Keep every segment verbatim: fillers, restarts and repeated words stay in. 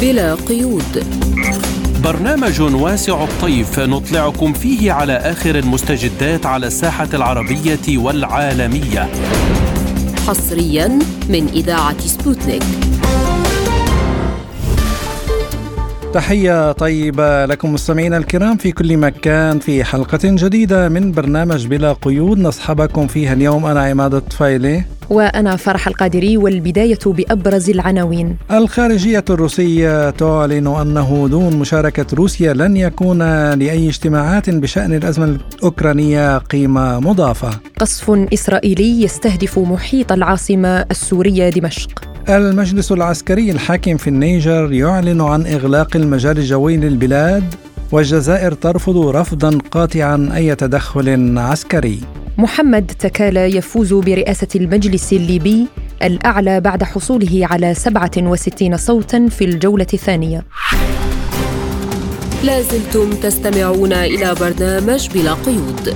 بلا قيود، برنامج واسع الطيف نطلعكم فيه على آخر المستجدات على الساحة العربية والعالمية، حصريا من إذاعة سبوتنيك. تحية طيبة لكم مستمعينا الكرام في كل مكان في حلقة جديدة من برنامج بلا قيود نصحبكم فيها اليوم. أنا عماد الطفيلي وأنا فرح القادري، والبداية بأبرز العناوين. الخارجية الروسية تعلن أنه دون مشاركة روسيا لن يكون لأي اجتماعات بشأن الأزمة الأوكرانية قيمة مضافة. قصف إسرائيلي يستهدف محيط العاصمة السورية دمشق. المجلس العسكري الحاكم في النيجر يعلن عن إغلاق المجال الجوي للبلاد، والجزائر ترفض رفضا قاطعا أي تدخل عسكري. محمد تكالا يفوز برئاسة المجلس الليبي الأعلى بعد حصوله على سبعة وستين صوتا في الجولة الثانية. لازلتم تستمعون إلى برنامج بلا قيود.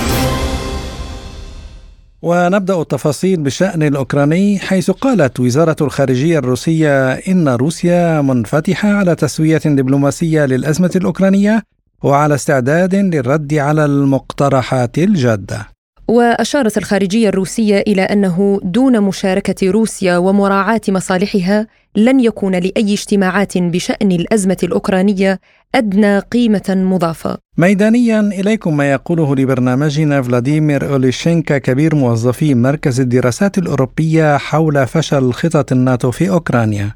ونبدأ التفاصيل بالشأن الأوكراني، حيث قالت وزارة الخارجية الروسية إن روسيا منفتحة على تسوية دبلوماسية للأزمة الأوكرانية وعلى استعداد للرد على المقترحات الجادة. وأشارت الخارجية الروسية إلى أنه دون مشاركة روسيا ومراعاة مصالحها لن يكون لأي اجتماعات بشأن الأزمة الأوكرانية أدنى قيمة مضافة. ميدانيا إليكم ما يقوله لبرنامجنا فلاديمير أوليشينكا كبير موظفي مركز الدراسات الأوروبية حول فشل خطط الناتو في أوكرانيا.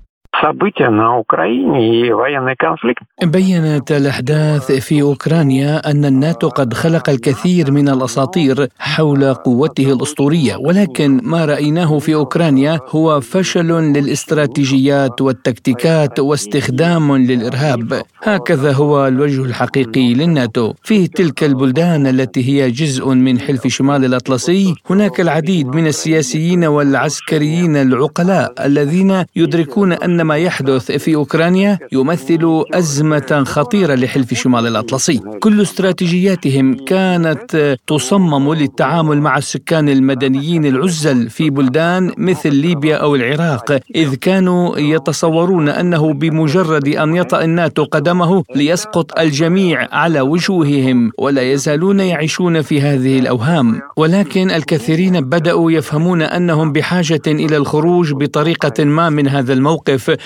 بيّنت الأحداث في أوكرانيا أن الناتو قد خلق الكثير من الأساطير حول قوته الأسطورية، ولكن ما رأيناه في أوكرانيا هو فشل للاستراتيجيات والتكتيكات واستخدام للإرهاب. هكذا هو الوجه الحقيقي للناتو. في تلك البلدان التي هي جزء من حلف شمال الأطلسي هناك العديد من السياسيين والعسكريين العقلاء الذين يدركون أن ما يحدث في أوكرانيا يمثل أزمة خطيرة لحلف شمال الأطلسي. كل استراتيجياتهم كانت تصمم للتعامل مع السكان المدنيين العزل في بلدان مثل ليبيا أو العراق، إذ كانوا يتصورون أنه بمجرد أن يطأ الناتو قدمه ليسقط الجميع على وجوههم، ولا يزالون يعيشون في هذه الأوهام. ولكن الكثيرين بدأوا يفهمون أنهم بحاجة إلى الخروج بطريقة ما من هذا الموقف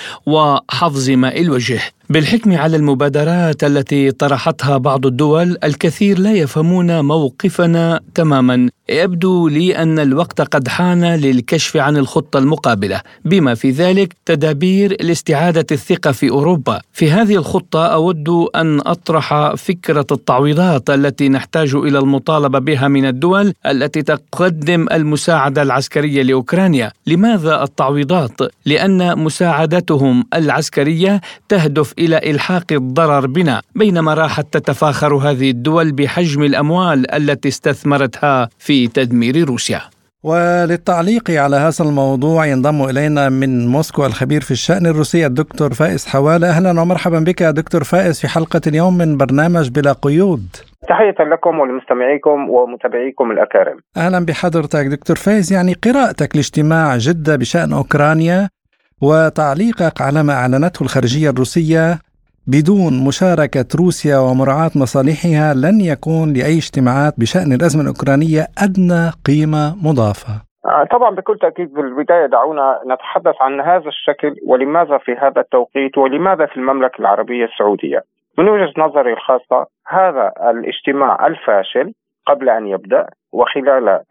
وحفظ ماء الوجه. بالحكم على المبادرات التي طرحتها بعض الدول، الكثير لا يفهمون موقفنا تماما. يبدو لي أن الوقت قد حان للكشف عن الخطة المقابلة، بما في ذلك تدابير لاستعادة الثقة في أوروبا. في هذه الخطة أود أن أطرح فكرة التعويضات التي نحتاج إلى المطالبة بها من الدول التي تقدم المساعدة العسكرية لأوكرانيا. لماذا التعويضات؟ لأن مساعدتهم العسكرية تهدف إلى إلحاق الضرر بنا، بينما راحت تتفاخر هذه الدول بحجم الأموال التي استثمرتها في تدمير روسيا. وللتعليق على هذا الموضوع ينضم إلينا من موسكو الخبير في الشأن الروسي الدكتور فائز حوالة. أهلا ومرحبا بك يا دكتور فائز في حلقة اليوم من برنامج بلا قيود. تحية لكم ولمستمعيكم ومتابعيكم الأكارم. أهلا بحضرتك دكتور فائز. يعني قراءتك لاجتماع جدة بشأن أوكرانيا وتعليقك على ما أعلنته الخارجية الروسية بدون مشاركة روسيا ومراعاة مصالحها لن يكون لأي اجتماعات بشأن الأزمة الأوكرانية أدنى قيمة مضافة. طبعا بكل تأكيد. بالبداية دعونا نتحدث عن هذا الشكل ولماذا في هذا التوقيت ولماذا في المملكة العربية السعودية. من وجهة نظري الخاصة هذا الاجتماع الفاشل قبل أن يبدأ وخلال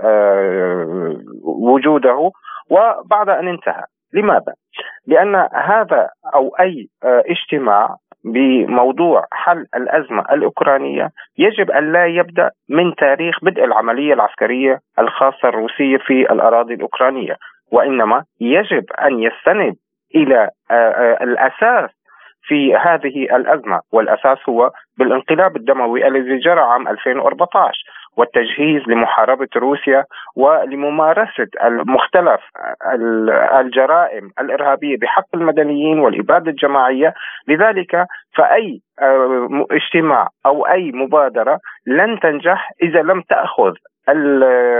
وجوده وبعد أن انتهى. لماذا؟ لأن هذا أو أي اجتماع بموضوع حل الأزمة الأوكرانية يجب أن لا يبدأ من تاريخ بدء العملية العسكرية الخاصة الروسية في الأراضي الأوكرانية، وإنما يجب أن يستند إلى الأساس في هذه الأزمة، والأساس هو بالانقلاب الدموي الذي جرى عام ألفين وأربعة عشر والتجهيز لمحاربة روسيا ولممارسة مختلف الجرائم الإرهابية بحق المدنيين والإبادة الجماعية. لذلك فأي اجتماع أو أي مبادرة لن تنجح إذا لم تأخذ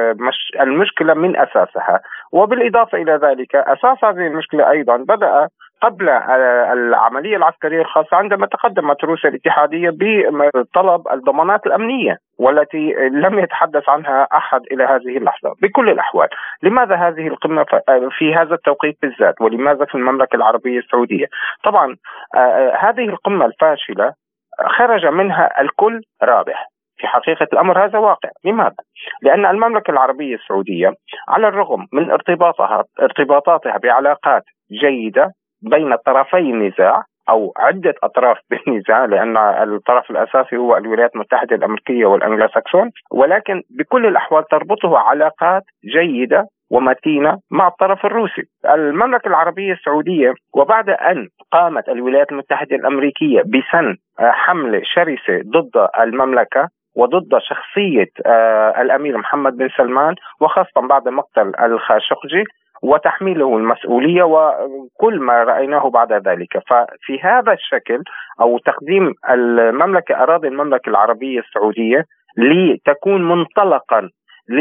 المشكلة من أساسها. وبالإضافة إلى ذلك أساس هذه المشكلة أيضا بدأ قبل العملية العسكرية الخاصة عندما تقدمت روسيا الاتحادية بطلب الضمانات الأمنية والتي لم يتحدث عنها أحد إلى هذه اللحظة. بكل الأحوال لماذا هذه القمة في هذا التوقيت بالذات، ولماذا في المملكة العربية السعودية؟ طبعا هذه القمة الفاشلة خرج منها الكل رابح في حقيقة الأمر. هذا واقع. لماذا؟ لأن المملكة العربية السعودية على الرغم من ارتباطها ارتباطاتها بعلاقات جيدة بين طرفي النزاع أو عدة أطراف بالنزاع، لأن الطرف الأساسي هو الولايات المتحدة الأمريكية والأنجلوساكسون، ولكن بكل الأحوال تربطه علاقات جيدة ومتينة مع الطرف الروسي. المملكة العربية السعودية وبعد أن قامت الولايات المتحدة الأمريكية بسن حملة شرسة ضد المملكة وضد شخصية الأمير محمد بن سلمان، وخاصة بعد مقتل الخاشقجي وتحميله المسؤولية وكل ما رأيناه بعد ذلك، ففي هذا الشكل أو تقديم المملكة أراضي المملكة العربية السعودية لتكون منطلقا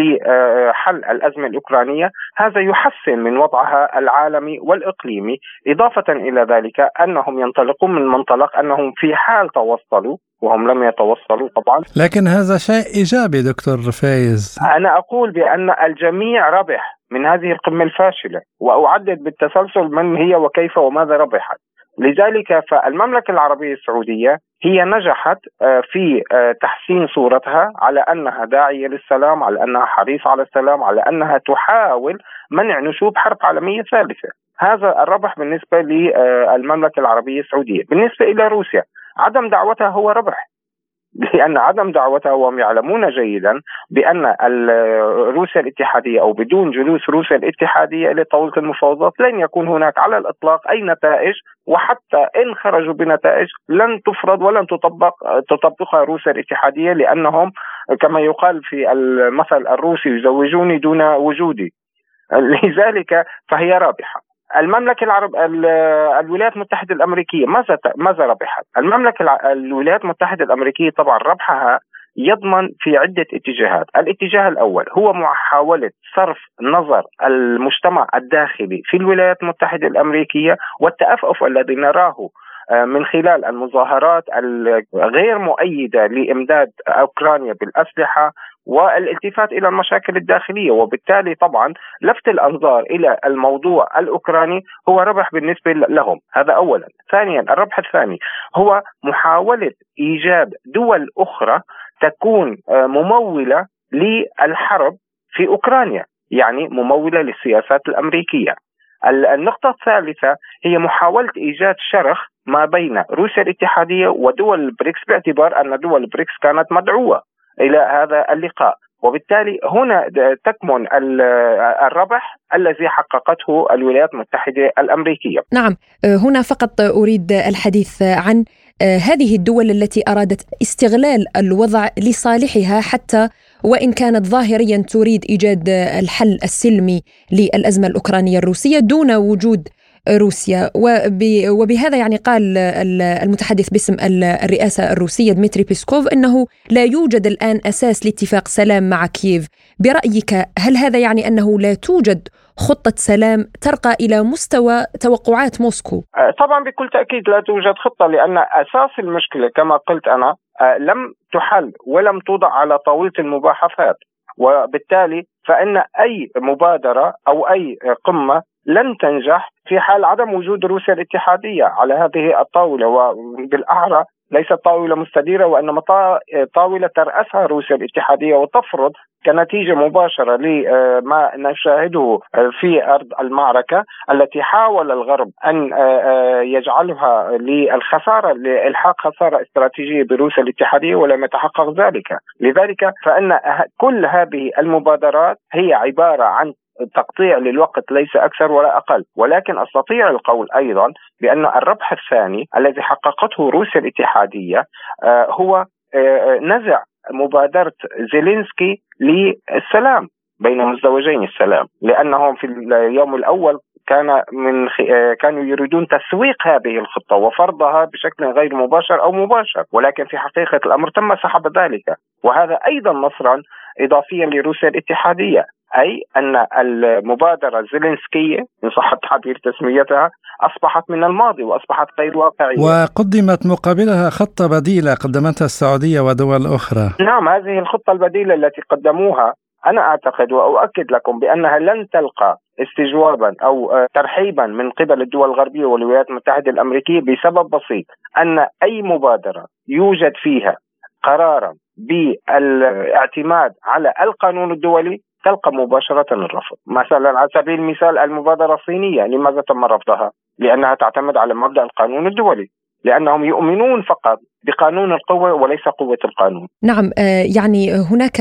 لحل الأزمة الأوكرانية، هذا يحسن من وضعها العالمي والإقليمي، إضافة إلى ذلك أنهم ينطلقون من منطلق أنهم في حال توصلوا وهم لم يتوصلوا طبعا. لكن هذا شيء إيجابي دكتور فايز. أنا أقول بأن الجميع ربح من هذه القمة الفاشلة، وأعدد بالتسلسل من هي وكيف وماذا ربحت. لذلك فالمملكة العربية السعودية هي نجحت في تحسين صورتها على أنها داعية للسلام، على أنها حريصة على السلام، على أنها تحاول منع نشوب حرب عالمية ثالثة. هذا الربح بالنسبة للمملكة العربية السعودية. بالنسبة إلى روسيا عدم دعوتها هو ربح، لأن عدم دعوتها وهم يعلمون جيدا بأن روسيا الاتحادية أو بدون جلوس روسيا الاتحادية إلى طاولة المفاوضات لن يكون هناك على الإطلاق أي نتائج، وحتى إن خرجوا بنتائج لن تفرض ولن تطبق تطبقها روسيا الاتحادية، لأنهم كما يقال في المثل الروسي يزوجوني دون وجودي. لذلك فهي رابحة. المملكة العرب الولايات المتحدة الأمريكية ماذا ماذا ربحت؟ المملكة الع... الولايات المتحدة الأمريكية طبعا ربحها يضمن في عدة اتجاهات. الاتجاه الأول هو محاولة صرف نظر المجتمع الداخلي في الولايات المتحدة الأمريكية والتأفف الذي نراه من خلال المظاهرات الغير مؤيدة لإمداد أوكرانيا بالأسلحة والالتفات إلى المشاكل الداخلية، وبالتالي طبعا لفت الأنظار إلى الموضوع الأوكراني هو ربح بالنسبة لهم. هذا أولا. ثانيا الربح الثاني هو محاولة إيجاد دول أخرى تكون ممولة للحرب في أوكرانيا، يعني ممولة للسياسات الأمريكية. النقطة الثالثة هي محاولة إيجاد شرخ ما بين روسيا الاتحادية ودول البريكس، باعتبار أن دول البريكس كانت مدعوة إلى هذا اللقاء، وبالتالي هنا تكمن الربح الذي حققته الولايات المتحدة الأمريكية. نعم، هنا فقط أريد الحديث عن هذه الدول التي أرادت استغلال الوضع لصالحها، حتى وإن كانت ظاهريا تريد إيجاد الحل السلمي للأزمة الأوكرانية الروسية دون وجود روسيا. وبهذا يعني قال المتحدث باسم الرئاسة الروسية ديمتري بيسكوف أنه لا يوجد الآن أساس لاتفاق سلام مع كييف. برأيك هل هذا يعني أنه لا توجد خطة سلام ترقى إلى مستوى توقعات موسكو؟ طبعا بكل تأكيد لا توجد خطة، لأن أساس المشكلة كما قلت أنا لم تحل ولم توضع على طاولة المباحثات، وبالتالي فإن أي مبادرة أو أي قمة لن تنجح في حال عدم وجود روسيا الاتحادية على هذه الطاولة، وبالأحرى ليست طاولة مستديرة وإنما طاولة ترأسها روسيا الاتحادية وتفرض كنتيجة مباشرة لما نشاهده في أرض المعركة التي حاول الغرب أن يجعلها للخسارة لإلحاق خسارة استراتيجية بروسيا الاتحادية ولم يتحقق ذلك. لذلك فإن كل هذه المبادرات هي عبارة عن تقطيع للوقت ليس أكثر ولا أقل. ولكن أستطيع القول أيضا بأن الربح الثاني الذي حققته روسيا الاتحادية هو نزع مبادرة زيلينسكي للسلام بين مزدوجين السلام، لأنهم في اليوم الأول كان من كانوا يريدون تسويق هذه الخطة وفرضها بشكل غير مباشر أو مباشر، ولكن في حقيقة الأمر تم سحب ذلك، وهذا أيضا نصرا إضافيا لروسيا الاتحادية. أي أن المبادرة الزيلينسكية إن صح التعبير تسميتها أصبحت من الماضي وأصبحت غير واقعية. وقدمت مقابلها خطة بديلة قدمتها السعودية ودول أخرى. نعم، هذه الخطة البديلة التي قدموها أنا أعتقد وأؤكد لكم بأنها لن تلقى استجوابا أو ترحيبا من قبل الدول الغربية والولايات المتحدة الأمريكية بسبب بسيط، أن أي مبادرة يوجد فيها قرارا بالاعتماد على القانون الدولي تلقى مباشرة الرفض. مثلا على سبيل المثال المبادرة الصينية لماذا تم رفضها؟ لأنها تعتمد على مبدأ القانون الدولي، لأنهم يؤمنون فقط بقانون القوة وليس قوة القانون. نعم، يعني هناك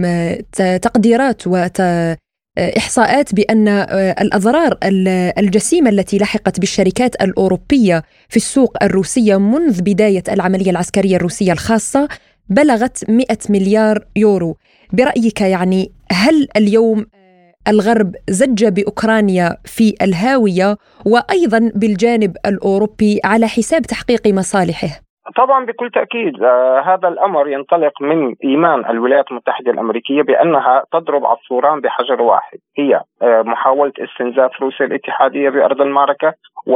تقديرات وإحصاءات بأن الأضرار الجسيمة التي لحقت بالشركات الأوروبية في السوق الروسية منذ بداية العملية العسكرية الروسية الخاصة بلغت مئة مليار يورو. برأيك يعني هل اليوم الغرب زج بأوكرانيا في الهاوية وأيضا بالجانب الأوروبي على حساب تحقيق مصالحه؟ طبعا بكل تأكيد. آه هذا الأمر ينطلق من إيمان الولايات المتحدة الأمريكية بأنها تضرب عصفوران بحجر واحد، هي آه محاولة استنزاف روسيا الاتحادية بأرض المعركة،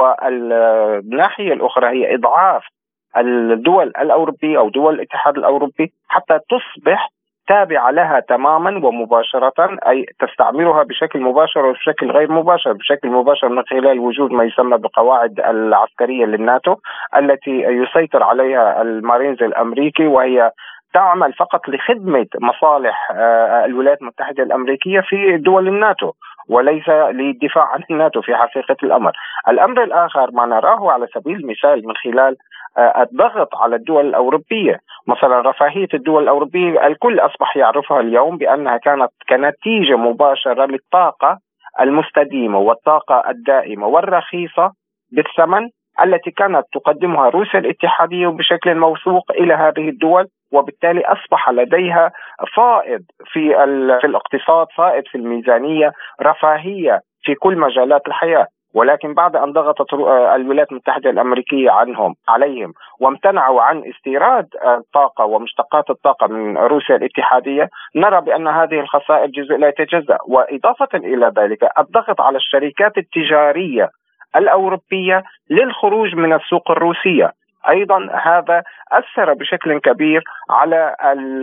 والناحية الأخرى هي إضعاف الدول الأوروبية أو دول الاتحاد الأوروبي حتى تصبح تابعة لها تماما ومباشرة، أي تستعملها بشكل مباشر وبشكل غير مباشر. بشكل مباشر من خلال وجود ما يسمى بالقواعد العسكرية للناتو التي يسيطر عليها المارينز الأمريكي، وهي تعمل فقط لخدمة مصالح الولايات المتحدة الأمريكية في دول الناتو وليس للدفاع عن الناتو في حقيقة الأمر. الأمر الآخر ما نراه على سبيل المثال من خلال الضغط على الدول الأوروبية، مثلا رفاهية الدول الأوروبية الكل أصبح يعرفها اليوم بأنها كانت كنتيجة مباشرة للطاقة المستديمة والطاقة الدائمة والرخيصة بالثمن التي كانت تقدمها روسيا الاتحادية بشكل موثوق إلى هذه الدول، وبالتالي أصبح لديها فائض في في الاقتصاد، فائض في الميزانية، رفاهية في كل مجالات الحياة. ولكن بعد أن ضغطت الولايات المتحدة الأمريكية عنهم عليهم وامتنعوا عن استيراد الطاقة ومشتقات الطاقة من روسيا الاتحادية، نرى بأن هذه الخسائر جزء لا يتجزأ. وإضافة إلى ذلك الضغط على الشركات التجارية الأوروبية للخروج من السوق الروسية أيضا هذا أثر بشكل كبير على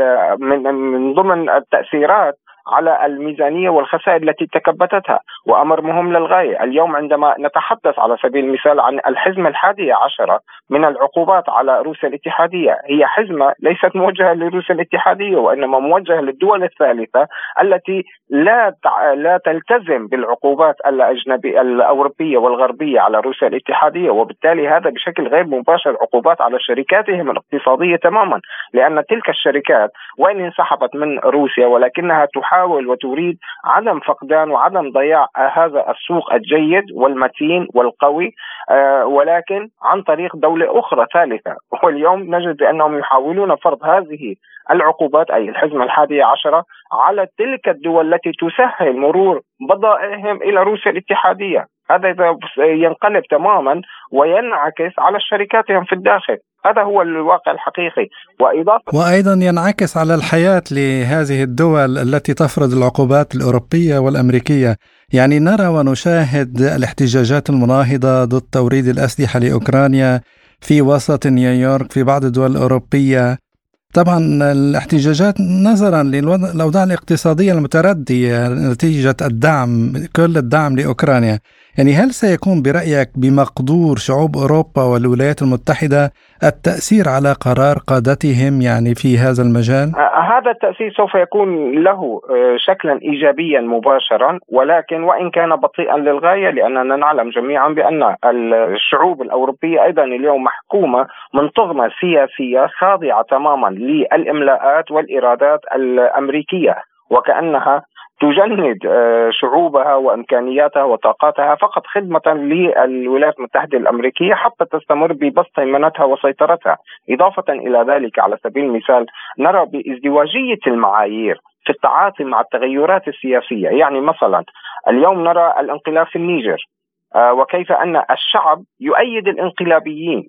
من ضمن التأثيرات على الميزانية والخسائر التي تكبدتها. وأمر مهم للغاية اليوم عندما نتحدث على سبيل المثال عن الحزمة الحادية عشرة من العقوبات على روسيا الاتحادية، هي حزمة ليست موجهة لروسيا الاتحادية وإنما موجهة للدول الثالثة التي لا لا تلتزم بالعقوبات الأجنبية الأوروبية والغربية على روسيا الاتحادية، وبالتالي هذا بشكل غير مباشر عقوبات على شركاتهم الاقتصادية تماما، لأن تلك الشركات وإن انسحبت من روسيا ولكنها تحاول تحاول وتريد عدم فقدان وعدم ضياع هذا السوق الجيد والمتين والقوي، آه ولكن عن طريق دولة أخرى ثالثة. واليوم نجد بأنهم يحاولون فرض هذه العقوبات أي الحزمة الحادية عشرة على تلك الدول التي تسهل مرور بضائعهم إلى روسيا الاتحادية. هذا ينقلب تماما وينعكس على شركاتهم في الداخل. هذا هو الواقع الحقيقي. وإضافة وأيضا ينعكس على الحياة لهذه الدول التي تفرض العقوبات الأوروبية والأمريكية. يعني نرى ونشاهد الاحتجاجات المناهضة ضد توريد الأسلحة لأوكرانيا في وسط نيويورك في بعض الدول الأوروبية. طبعا الاحتجاجات نظرا للأوضاع الاقتصادية المتردية نتيجة الدعم كل الدعم لأوكرانيا. يعني هل سيكون برأيك بمقدور شعوب أوروبا والولايات المتحدة التأثير على قرار قادتهم يعني في هذا المجال؟ هذا التأثير سوف يكون له شكلا إيجابيا مباشرا، ولكن وإن كان بطيئا للغاية، لأننا نعلم جميعا بأن الشعوب الأوروبية أيضا اليوم محكومة من طغمة سياسية خاضعة تماما للإملاءات والإرادات الأمريكية، وكأنها تجند شعوبها وإمكانياتها وطاقاتها فقط خدمة للولايات المتحدة الأمريكية حتى تستمر ببسط هيمنتها وسيطرتها. إضافة إلى ذلك على سبيل المثال نرى بازدواجية المعايير في التعاطي مع التغيرات السياسية. يعني مثلا اليوم نرى الانقلاب في النيجر وكيف أن الشعب يؤيد الانقلابيين،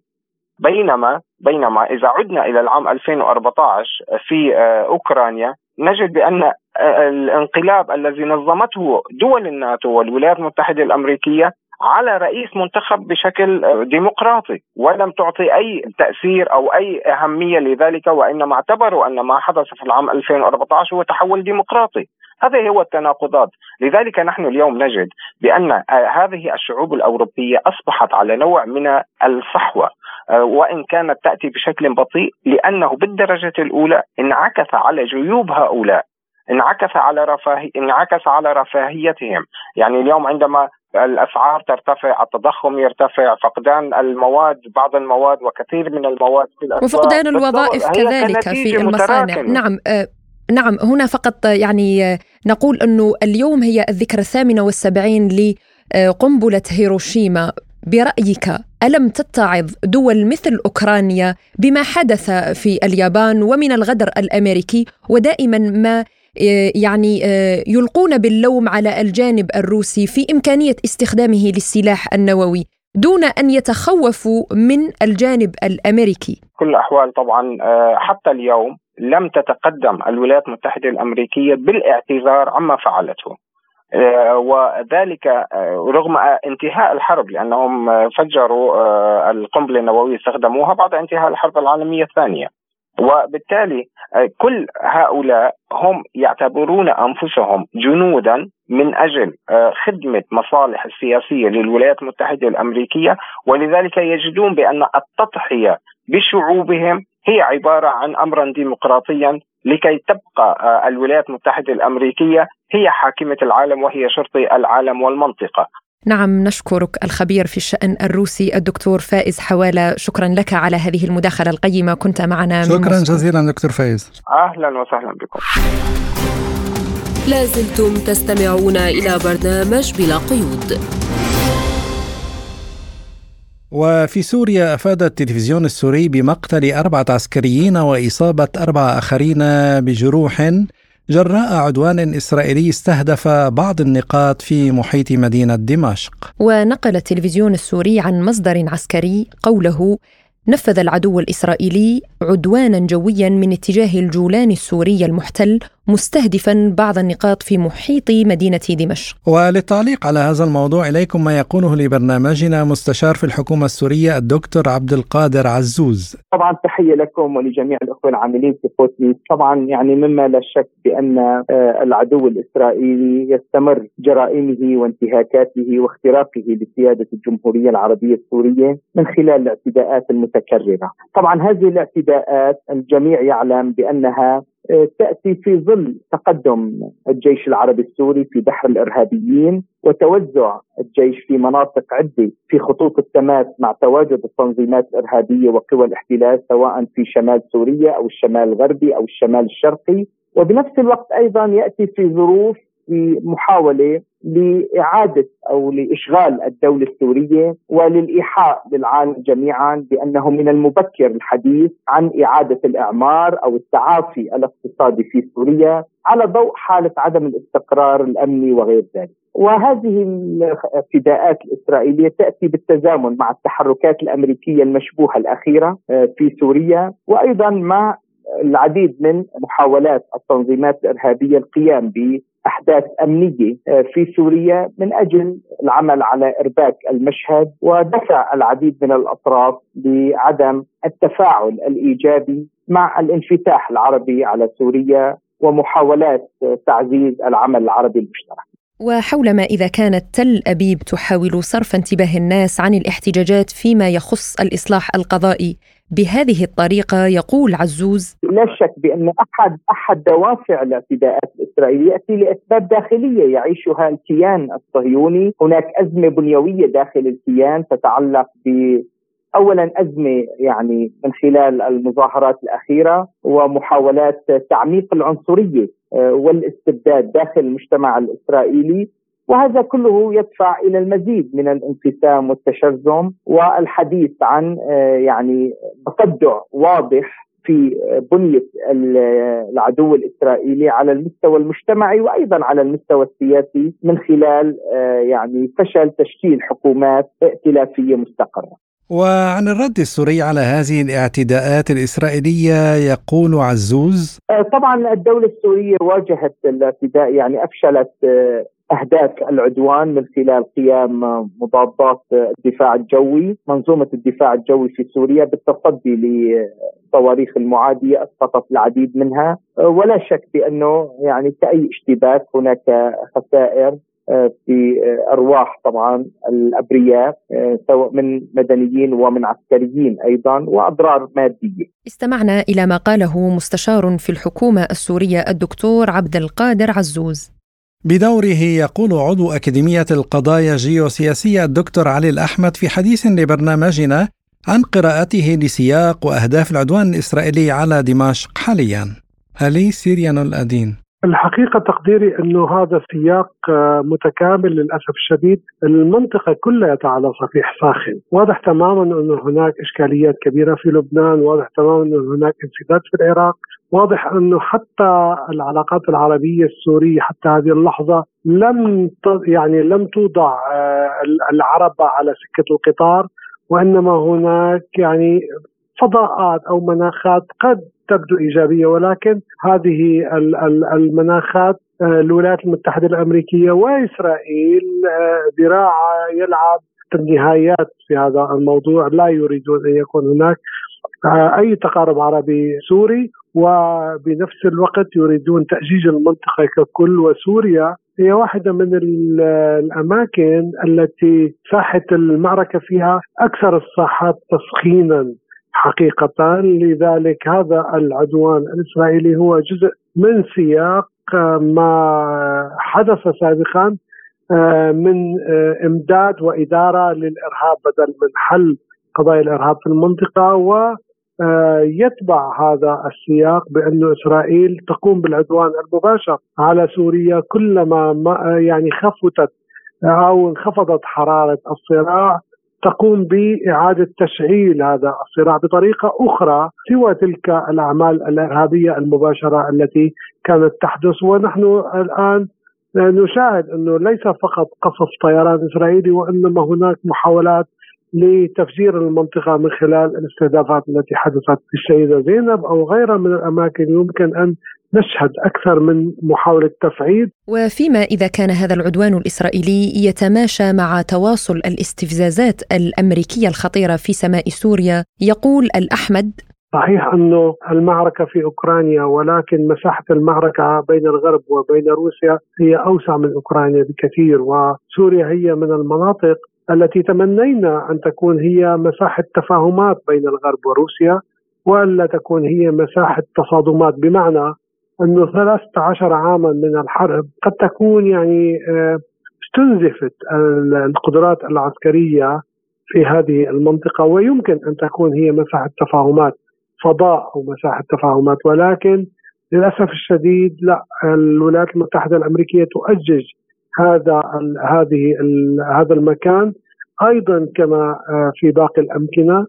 بينما بينما إذا عدنا إلى العام ألفين وأربعة عشر في أوكرانيا نجد بأن الانقلاب الذي نظمته دول الناتو والولايات المتحدة الأمريكية على رئيس منتخب بشكل ديمقراطي، ولم تعطي أي تأثير أو أي أهمية لذلك، وإنما اعتبروا أن ما حدث في العام ألفين وأربعة عشر هو تحول ديمقراطي. هذا هو التناقضات. لذلك نحن اليوم نجد بأن هذه الشعوب الأوروبية أصبحت على نوع من الصحوة، وإن كانت تأتي بشكل بطيء، لأنه بالدرجة الأولى انعكس على جيوب هؤلاء، انعكس على رفاهي انعكس على رفاهيتهم. يعني اليوم عندما الأسعار ترتفع، التضخم يرتفع، فقدان المواد، بعض المواد وكثير من المواد في الأسواق، وفقدان الوظائف كذلك في المصانع. متراكمة. نعم آه نعم هنا فقط يعني آه نقول أنه اليوم هي الذكرى الثامنة والسبعين لقنبلة هيروشيما. برأيك ألم تتعظ دول مثل أوكرانيا بما حدث في اليابان ومن الغدر الأمريكي، ودائما ما يعني يلقون باللوم على الجانب الروسي في إمكانية استخدامه للسلاح النووي دون أن يتخوفوا من الجانب الأمريكي؟ كل الأحوال طبعا حتى اليوم لم تتقدم الولايات المتحدة الأمريكية بالاعتذار عما فعلته، وذلك رغم انتهاء الحرب، لأنهم فجروا القنبلة النووية استخدموها بعد انتهاء الحرب العالمية الثانية. وبالتالي كل هؤلاء هم يعتبرون أنفسهم جنودا من أجل خدمة مصالح السياسية للولايات المتحدة الأمريكية، ولذلك يجدون بأن التضحية بشعوبهم هي عبارة عن أمرا ديمقراطيا لكي تبقى الولايات المتحدة الأمريكية هي حاكمة العالم وهي شرطي العالم والمنطقة. نعم، نشكرك الخبير في الشأن الروسي الدكتور فائز حوالة. شكرا لك على هذه المداخلة القيمة، كنت معنا. شكرا جزيلا دكتور فائز. أهلا وسهلا بكم. لازلتم تستمعون إلى برنامج بلا قيود. وفي سوريا أفاد التلفزيون السوري بمقتل أربعة عسكريين وإصابة أربعة آخرين بجروح جراء عدوان إسرائيلي استهدف بعض النقاط في محيط مدينة دمشق. ونقل التلفزيون السوري عن مصدر عسكري قوله: نفذ العدو الإسرائيلي عدوانا جويا من اتجاه الجولان السوري المحتل مستهدفا بعض النقاط في محيط مدينة دمشق. وللتعليق على هذا الموضوع إليكم ما يقوله لبرنامجنا مستشار في الحكومة السورية الدكتور عبد القادر عزوز. طبعا تحية لكم ولجميع الأخوة العاملين في سبوتنيك. طبعا يعني مما لا شك بأن العدو الإسرائيلي يستمر جرائمه وانتهاكاته واختراقه لسيادة الجمهورية العربية السورية من خلال الاعتداءات المتكررة. طبعا هذه الاعتداءات الجميع يعلم بأنها تأتي في ظل تقدم الجيش العربي السوري في بحر الإرهابيين وتوزع الجيش في مناطق عدة في خطوط التماس مع تواجد التنظيمات الإرهابية وقوى الاحتلال سواء في شمال سوريا أو الشمال الغربي أو الشمال الشرقي. وبنفس الوقت أيضا يأتي في ظروف في محاولة لإعادة أو لإشغال الدولة السورية وللإيحاء للعالم جميعا بأنه من المبكر الحديث عن إعادة الإعمار أو التعافي الاقتصادي في سوريا على ضوء حالة عدم الاستقرار الأمني وغير ذلك. وهذه الاعتداءات الإسرائيلية تأتي بالتزامن مع التحركات الأمريكية المشبوهة الأخيرة في سوريا، وأيضا مع العديد من محاولات التنظيمات الإرهابية القيام بأحداث أمنية في سوريا من أجل العمل على إرباك المشهد ودفع العديد من الأطراف بعدم التفاعل الإيجابي مع الانفتاح العربي على سوريا ومحاولات تعزيز العمل العربي المشترك. وحول ما إذا كانت تل أبيب تحاول صرف انتباه الناس عن الاحتجاجات فيما يخص الإصلاح القضائي بهذه الطريقة، يقول عزوز: لا شك بأن أحد أحد دوافع الاعتداءات الإسرائيلية يأتي لأسباب داخلية يعيشها الكيان الصهيوني. هناك أزمة بنيوية داخل الكيان تتعلق ب أولا أزمة يعني من خلال المظاهرات الأخيرة ومحاولات تعميق العنصرية والاستبداد داخل المجتمع الإسرائيلي، وهذا كله يدفع إلى المزيد من الانقسام والتشرذم والحديث عن يعني تصدع واضح في بنية العدو الإسرائيلي على المستوى المجتمعي وأيضا على المستوى السياسي من خلال يعني فشل تشكيل حكومات ائتلافية مستقرة. وعن الرد السوري على هذه الاعتداءات الإسرائيلية يقول عزوز: طبعا الدولة السورية واجهت الاعتداء، يعني أفشلت أهداف العدوان من خلال قيام مضادات الدفاع الجوي. منظومة الدفاع الجوي في سوريا بالتصدي للصواريخ المعادية أسقطت العديد منها، ولا شك بأنه يعني كأي اشتباك هناك خسائر في أرواح طبعا الأبرياء سواء من مدنيين ومن عسكريين أيضا، وأضرار مادية. استمعنا إلى ما قاله مستشار في الحكومة السورية الدكتور عبد القادر عزوز. بدوره يقول عضو أكاديمية القضايا الجيوسياسية الدكتور علي الأحمد في حديث لبرنامجنا عن قراءته لسياق وأهداف العدوان الإسرائيلي على دمشق حاليا. هلي سيريان الأدين: الحقيقة تقديري أنه هذا سياق متكامل للأسف الشديد. المنطقة كلها على صفيح ساخن. واضح تماما أنه هناك إشكاليات كبيرة في لبنان، واضح تماما أنه هناك انسداد في العراق، واضح أنه حتى العلاقات العربية السورية حتى هذه اللحظة لم يعني لم توضع العربة على سكة القطار، وإنما هناك يعني فضاءات أو مناخات قد تبدو إيجابية، ولكن هذه المناخات الولايات المتحدة الأمريكية وإسرائيل ذراع يلعب النهايات في هذا الموضوع. لا يريدون أن يكون هناك أي تقارب عربي سوري، وبنفس الوقت يريدون تأجيج المنطقة ككل. وسوريا هي واحدة من الأماكن التي ساحة المعركة فيها أكثر الساحات تسخينا حقيقة. لذلك هذا العدوان الإسرائيلي هو جزء من سياق ما حدث سابقا من إمداد وإدارة للإرهاب بدل من حل قضايا الإرهاب في المنطقة، ويتبع هذا السياق بأن إسرائيل تقوم بالعدوان المباشر على سوريا كلما ما يعني خفتت أو انخفضت حرارة الصراع، تقوم بإعادة تشعيل هذا الصراع بطريقة أخرى سوى تلك الأعمال الإرهابية المباشرة التي كانت تحدث. ونحن الآن نشاهد أنه ليس فقط قصف طيران إسرائيلي، وإنما هناك محاولات لتفجير المنطقة من خلال الاستهدافات التي حدثت في السيدة زينب أو غيرها من الأماكن. يمكن أن نشهد أكثر من محاولة تفعيل. وفيما إذا كان هذا العدوان الإسرائيلي يتماشى مع تواصل الاستفزازات الأمريكية الخطيرة في سماء سوريا، يقول الأحمد: صحيح أنه المعركة في أوكرانيا، ولكن مساحة المعركة بين الغرب وبين روسيا هي أوسع من أوكرانيا بكثير، وسوريا هي من المناطق التي تمنينا أن تكون هي مساحة تفاهمات بين الغرب وروسيا، وألا تكون هي مساحة تصادمات، بمعنى أنه ثلاثة عشر عاما من الحرب قد تكون يعني استنزفت القدرات العسكرية في هذه المنطقة، ويمكن أن تكون هي مساحة تفاهمات، فضاء أو مساحة تفاهمات. ولكن للأسف الشديد لا، الولايات المتحدة الأمريكية تؤجج هذا هذه هذا المكان أيضا كما في باقي الأمكنة.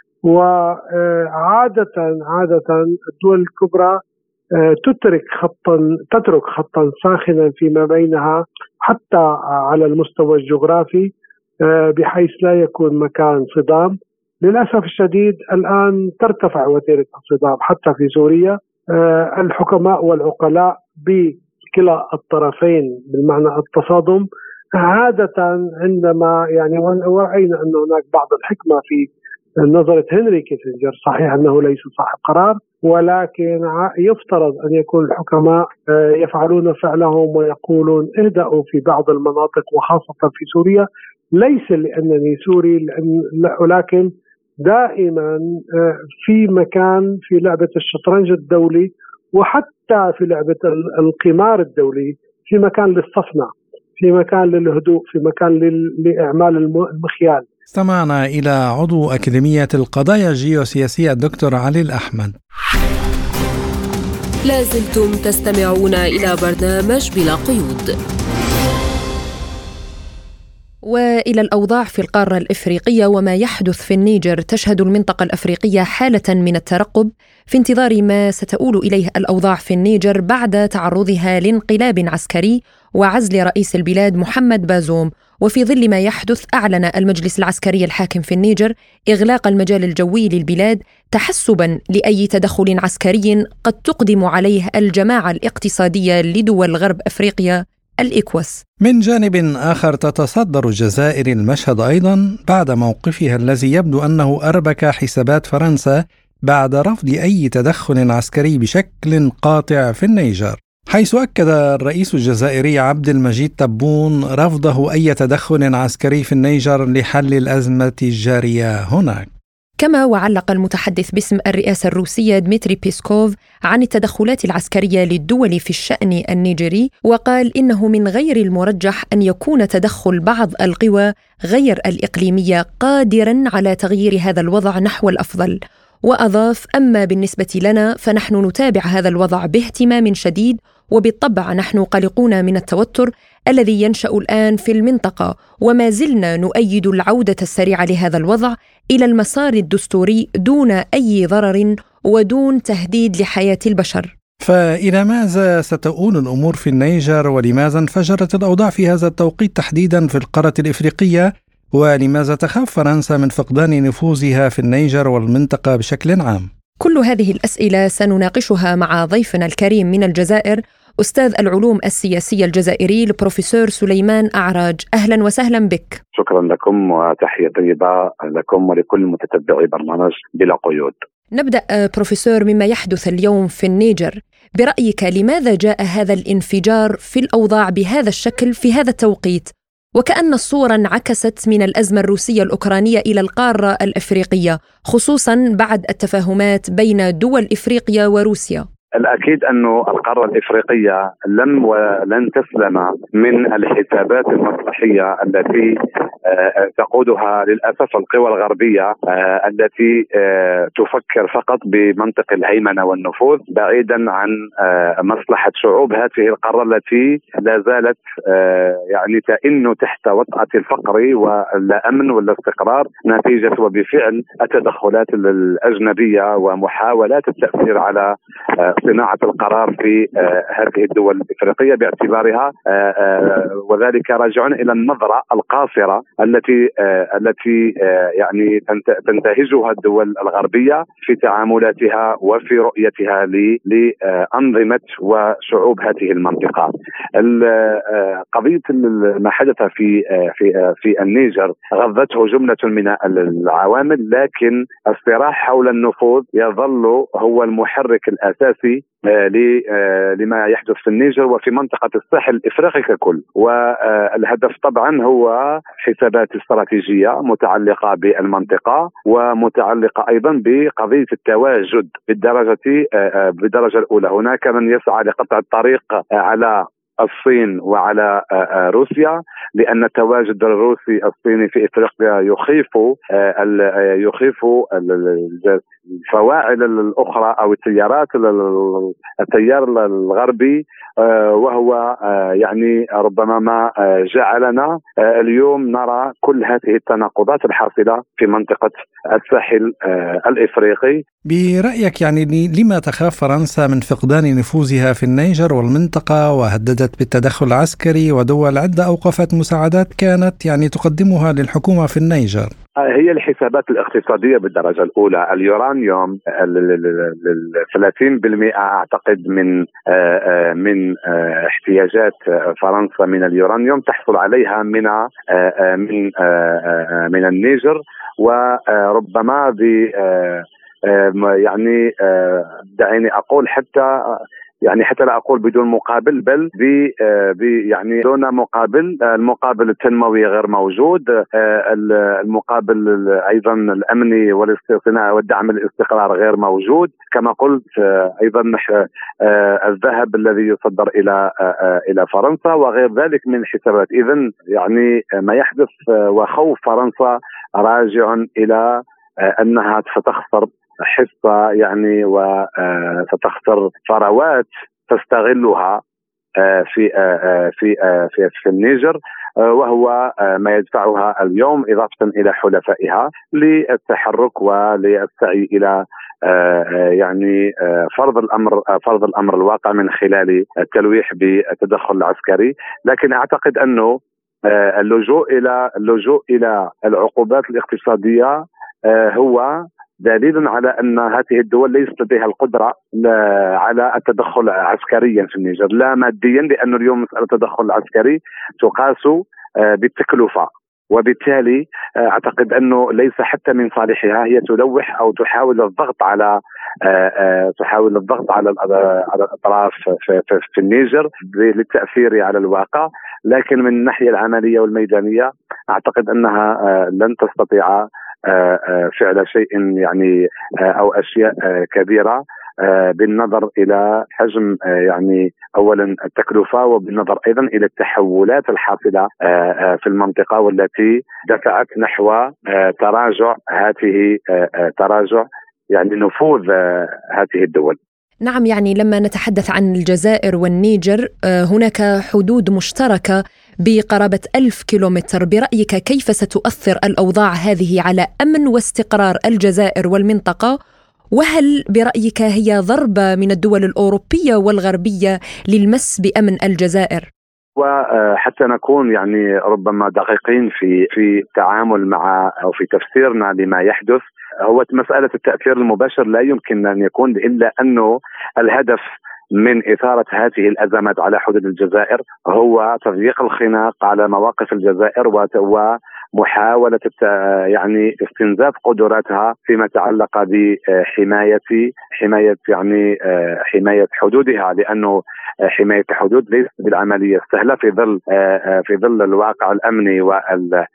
وعادة عادة الدول الكبرى تترك خطا تترك خطا ساخنا فيما بينها حتى على المستوى الجغرافي، بحيث لا يكون مكان صدام. للأسف الشديد الآن ترتفع وتيرة الصدام حتى في سوريا. الحكماء والعقلاء بكلا الطرفين بالمعنى التصادم عادة عندما يعني ورأينا أن هناك بعض الحكمة في نظرة هنري كيسنجر، صحيح أنه ليس صاحب قرار، ولكن يفترض أن يكون الحكماء يفعلون فعلهم ويقولون اهدأوا في بعض المناطق وخاصة في سوريا، ليس لأنني سوري ولكن دائما في مكان في لعبة الشطرنج الدولي وحتى في لعبة القمار الدولي، في مكان للصفنة، في مكان للهدوء، في مكان لإعمال المخيال. استمعنا إلى عضو أكاديمية القضايا الجيوسياسية الدكتور علي الأحمد. لازلتم تستمعون إلى برنامج بلا قيود. وإلى الأوضاع في القارة الإفريقية وما يحدث في النيجر، تشهد المنطقة الأفريقية حالة من الترقب في انتظار ما ستؤول إليه الأوضاع في النيجر بعد تعرضها لانقلاب عسكري وعزل رئيس البلاد محمد بازوم. وفي ظل ما يحدث، أعلن المجلس العسكري الحاكم في النيجر إغلاق المجال الجوي للبلاد تحسباً لأي تدخل عسكري قد تقدم عليه الجماعة الاقتصادية لدول غرب أفريقيا الإكواس. من جانب آخر، تتصدر الجزائر المشهد أيضا بعد موقفها الذي يبدو أنه أربك حسابات فرنسا بعد رفض أي تدخل عسكري بشكل قاطع في النيجر، حيث أكد الرئيس الجزائري عبد المجيد تبون رفضه أي تدخل عسكري في النيجر لحل الأزمة الجارية هناك. كما وعلق المتحدث باسم الرئاسة الروسية دمتري بيسكوف عن التدخلات العسكرية للدول في الشأن النيجري، وقال إنه من غير المرجح أن يكون تدخل بعض القوى غير الإقليمية قادراً على تغيير هذا الوضع نحو الأفضل. وأضاف: أما بالنسبة لنا فنحن نتابع هذا الوضع باهتمام شديد، وبالطبع نحن قلقون من التوتر الذي ينشأ الآن في المنطقة، وما زلنا نؤيد العودة السريعة لهذا الوضع إلى المسار الدستوري دون أي ضرر ودون تهديد لحياة البشر. فإلى ماذا ستؤول الأمور في النيجر، ولماذا انفجرت الأوضاع في هذا التوقيت تحديدا في القارة الإفريقية، ولماذا تخاف فرنسا من فقدان نفوذها في النيجر والمنطقة بشكل عام؟ كل هذه الأسئلة سنناقشها مع ضيفنا الكريم من الجزائر، أستاذ العلوم السياسية الجزائري البروفيسور سليمان أعراج. أهلا وسهلا بك. شكرا لكم وتحية طيبة لكم ولكل متتبعي برنامج بلا قيود. نبدأ بروفيسور مما يحدث اليوم في النيجر. برأيك لماذا جاء هذا الانفجار في الأوضاع بهذا الشكل في هذا التوقيت، وكأن الصورة انعكست من الأزمة الروسية الأوكرانية إلى القارة الأفريقية، خصوصا بعد التفاهمات بين دول إفريقيا وروسيا؟ الأكيد أن القارة الإفريقية لن ولن تسلم من الحسابات المصلحية التي تقودها للأسف القوى الغربية التي تفكر فقط بمنطق الهيمنة والنفوذ بعيدا عن مصلحة شعوب هذه القارة التي لا زالت يعني تئن تحت وطأة الفقر والأمن والاستقرار نتيجة وبفعل التدخلات الأجنبية ومحاولات التأثير على صناعة القرار في هذه الدول الإفريقية باعتبارها وذلك راجع إلى النظرة القاصرة التي التي يعني تنتهجها الدول الغربية في تعاملاتها وفي رؤيتها لأنظمة وشعوب هذه المنطقة. قضية ما حدث في في في النيجر غضته جملة من العوامل، لكن الصراع حول النفوذ يظل هو المحرك الأساسي لما يحدث في النيجر وفي منطقة الساحل الإفريقي ككل. والهدف طبعا هو حسابات استراتيجية متعلقة بالمنطقة ومتعلقة أيضا بقضية التواجد بالدرجة بالدرجة الأولى. هناك من يسعى لقطع الطريق على الصين وعلى روسيا، لأن التواجد الروسي الصيني في إفريقيا يخيف يخيف الفواعل الأخرى أو التيارات التيار الغربي، وهو يعني ربما ما جعلنا اليوم نرى كل هذه التناقضات الحاصلة في منطقة الساحل الإفريقي. برأيك يعني لما تخاف فرنسا من فقدان نفوذها في النيجر والمنطقة، وهددت بالتدخل العسكري، ودول عدة أوقفت مساعدات كانت يعني تقدمها للحكومة في النيجر؟ هي الحسابات الاقتصادية بالدرجة الأولى. اليورانيوم ثلاثين بالمئة أعتقد من من احتياجات فرنسا من اليورانيوم تحصل عليها من من من النيجر، وربما ب يعني دعيني أقول حتى يعني حتى لا أقول بدون مقابل، بل ب يعني دون مقابل. المقابل التنموي غير موجود، المقابل أيضا الأمني والاستثناء والدعم الاستقرار غير موجود. كما قلت أيضا الذهب الذي يصدر إلى إلى فرنسا وغير ذلك من حسابات. إذن يعني ما يحدث وخوف فرنسا راجع إلى أنها ستخسر حصة يعني وستخسر ثروات تستغلها في في في في النيجر. وهو ما يدفعها اليوم إضافة إلى حلفائها للتحرك وللسعي إلى يعني فرض الأمر فرض الأمر الواقع من خلال التلويح بالتدخل العسكري. لكن أعتقد أنه اللجوء إلى اللجوء إلى العقوبات الاقتصادية هو دليل على أن هذه الدول ليست لديها القدرة على التدخل عسكريا في النيجر، لا ماديا، لأن اليوم مسألة التدخل العسكري تقاس بالتكلفة، وبالتالي أعتقد أنه ليس حتى من صالحها. هي تلوح أو تحاول الضغط على تحاول الضغط على على الأطراف في النيجر للتأثير على الواقع، لكن من الناحية العملية والميدانية أعتقد أنها لن تستطيع فعل شيء يعني أو أشياء كبيرة بالنظر إلى حجم يعني أولا التكلفة، وبالنظر أيضا إلى التحولات الحاصلة في المنطقة والتي دفعت نحو تراجع هذه تراجع يعني نفوذ هذه الدول. نعم، يعني لما نتحدث عن الجزائر والنيجر هناك حدود مشتركة بقرابة ألف كيلومتر. برأيك كيف ستؤثر الأوضاع هذه على أمن واستقرار الجزائر والمنطقة؟ وهل برأيك هي ضربة من الدول الأوروبية والغربية للمس بأمن الجزائر؟ وحتى نكون يعني ربما دقيقين في في التعامل مع أو في تفسيرنا لما يحدث، هو مسألة التأثير المباشر لا يمكن أن يكون إلا أنه الهدف من إثارة هذه الأزمات على حدود الجزائر هو تضييق الخناق على مواقف الجزائر ومحاولة يعني استنزاف قدراتها فيما تعلق بحماية حماية يعني حماية حدودها، لأنه حماية الحدود ليست بالعملية السهلة في ظل في ظل الواقع الأمني وال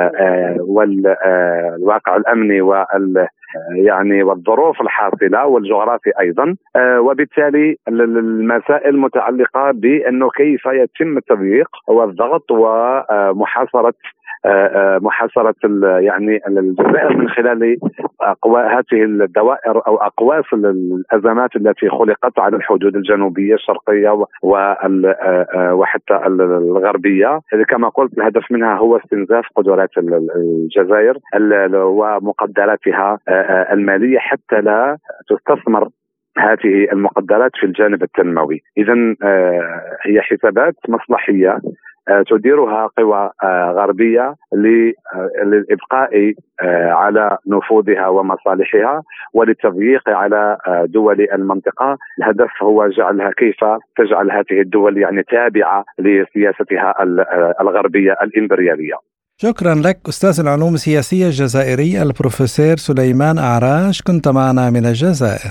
والواقع الأمني وال يعني والظروف الحاصلة والجغرافي أيضا، وبالتالي المسائل المتعلقة بأنه كيف يتم التضييق والضغط ومحاصرة محاصرة يعني الجزائر من خلال أقوى هذه الدوائر أو أقواس الأزمات التي خلقت على الحدود الجنوبية الشرقية وحتى الغربية. كما قلت الهدف منها هو استنزاف قدرات الجزائر ومقدراتها المالية حتى لا تستثمر هذه المقدرات في الجانب التنموي. إذن هي حسابات مصلحية تديرها قوى غربية للإبقاء على نفوذها ومصالحها وللتضييق على دول المنطقة. الهدف هو جعلها كيف تجعل هذه الدول يعني تابعة لسياستها الغربية الإمبريالية. شكرا لك أستاذ العلوم السياسية الجزائري البروفيسور سليمان أعراش، كنت معنا من الجزائر.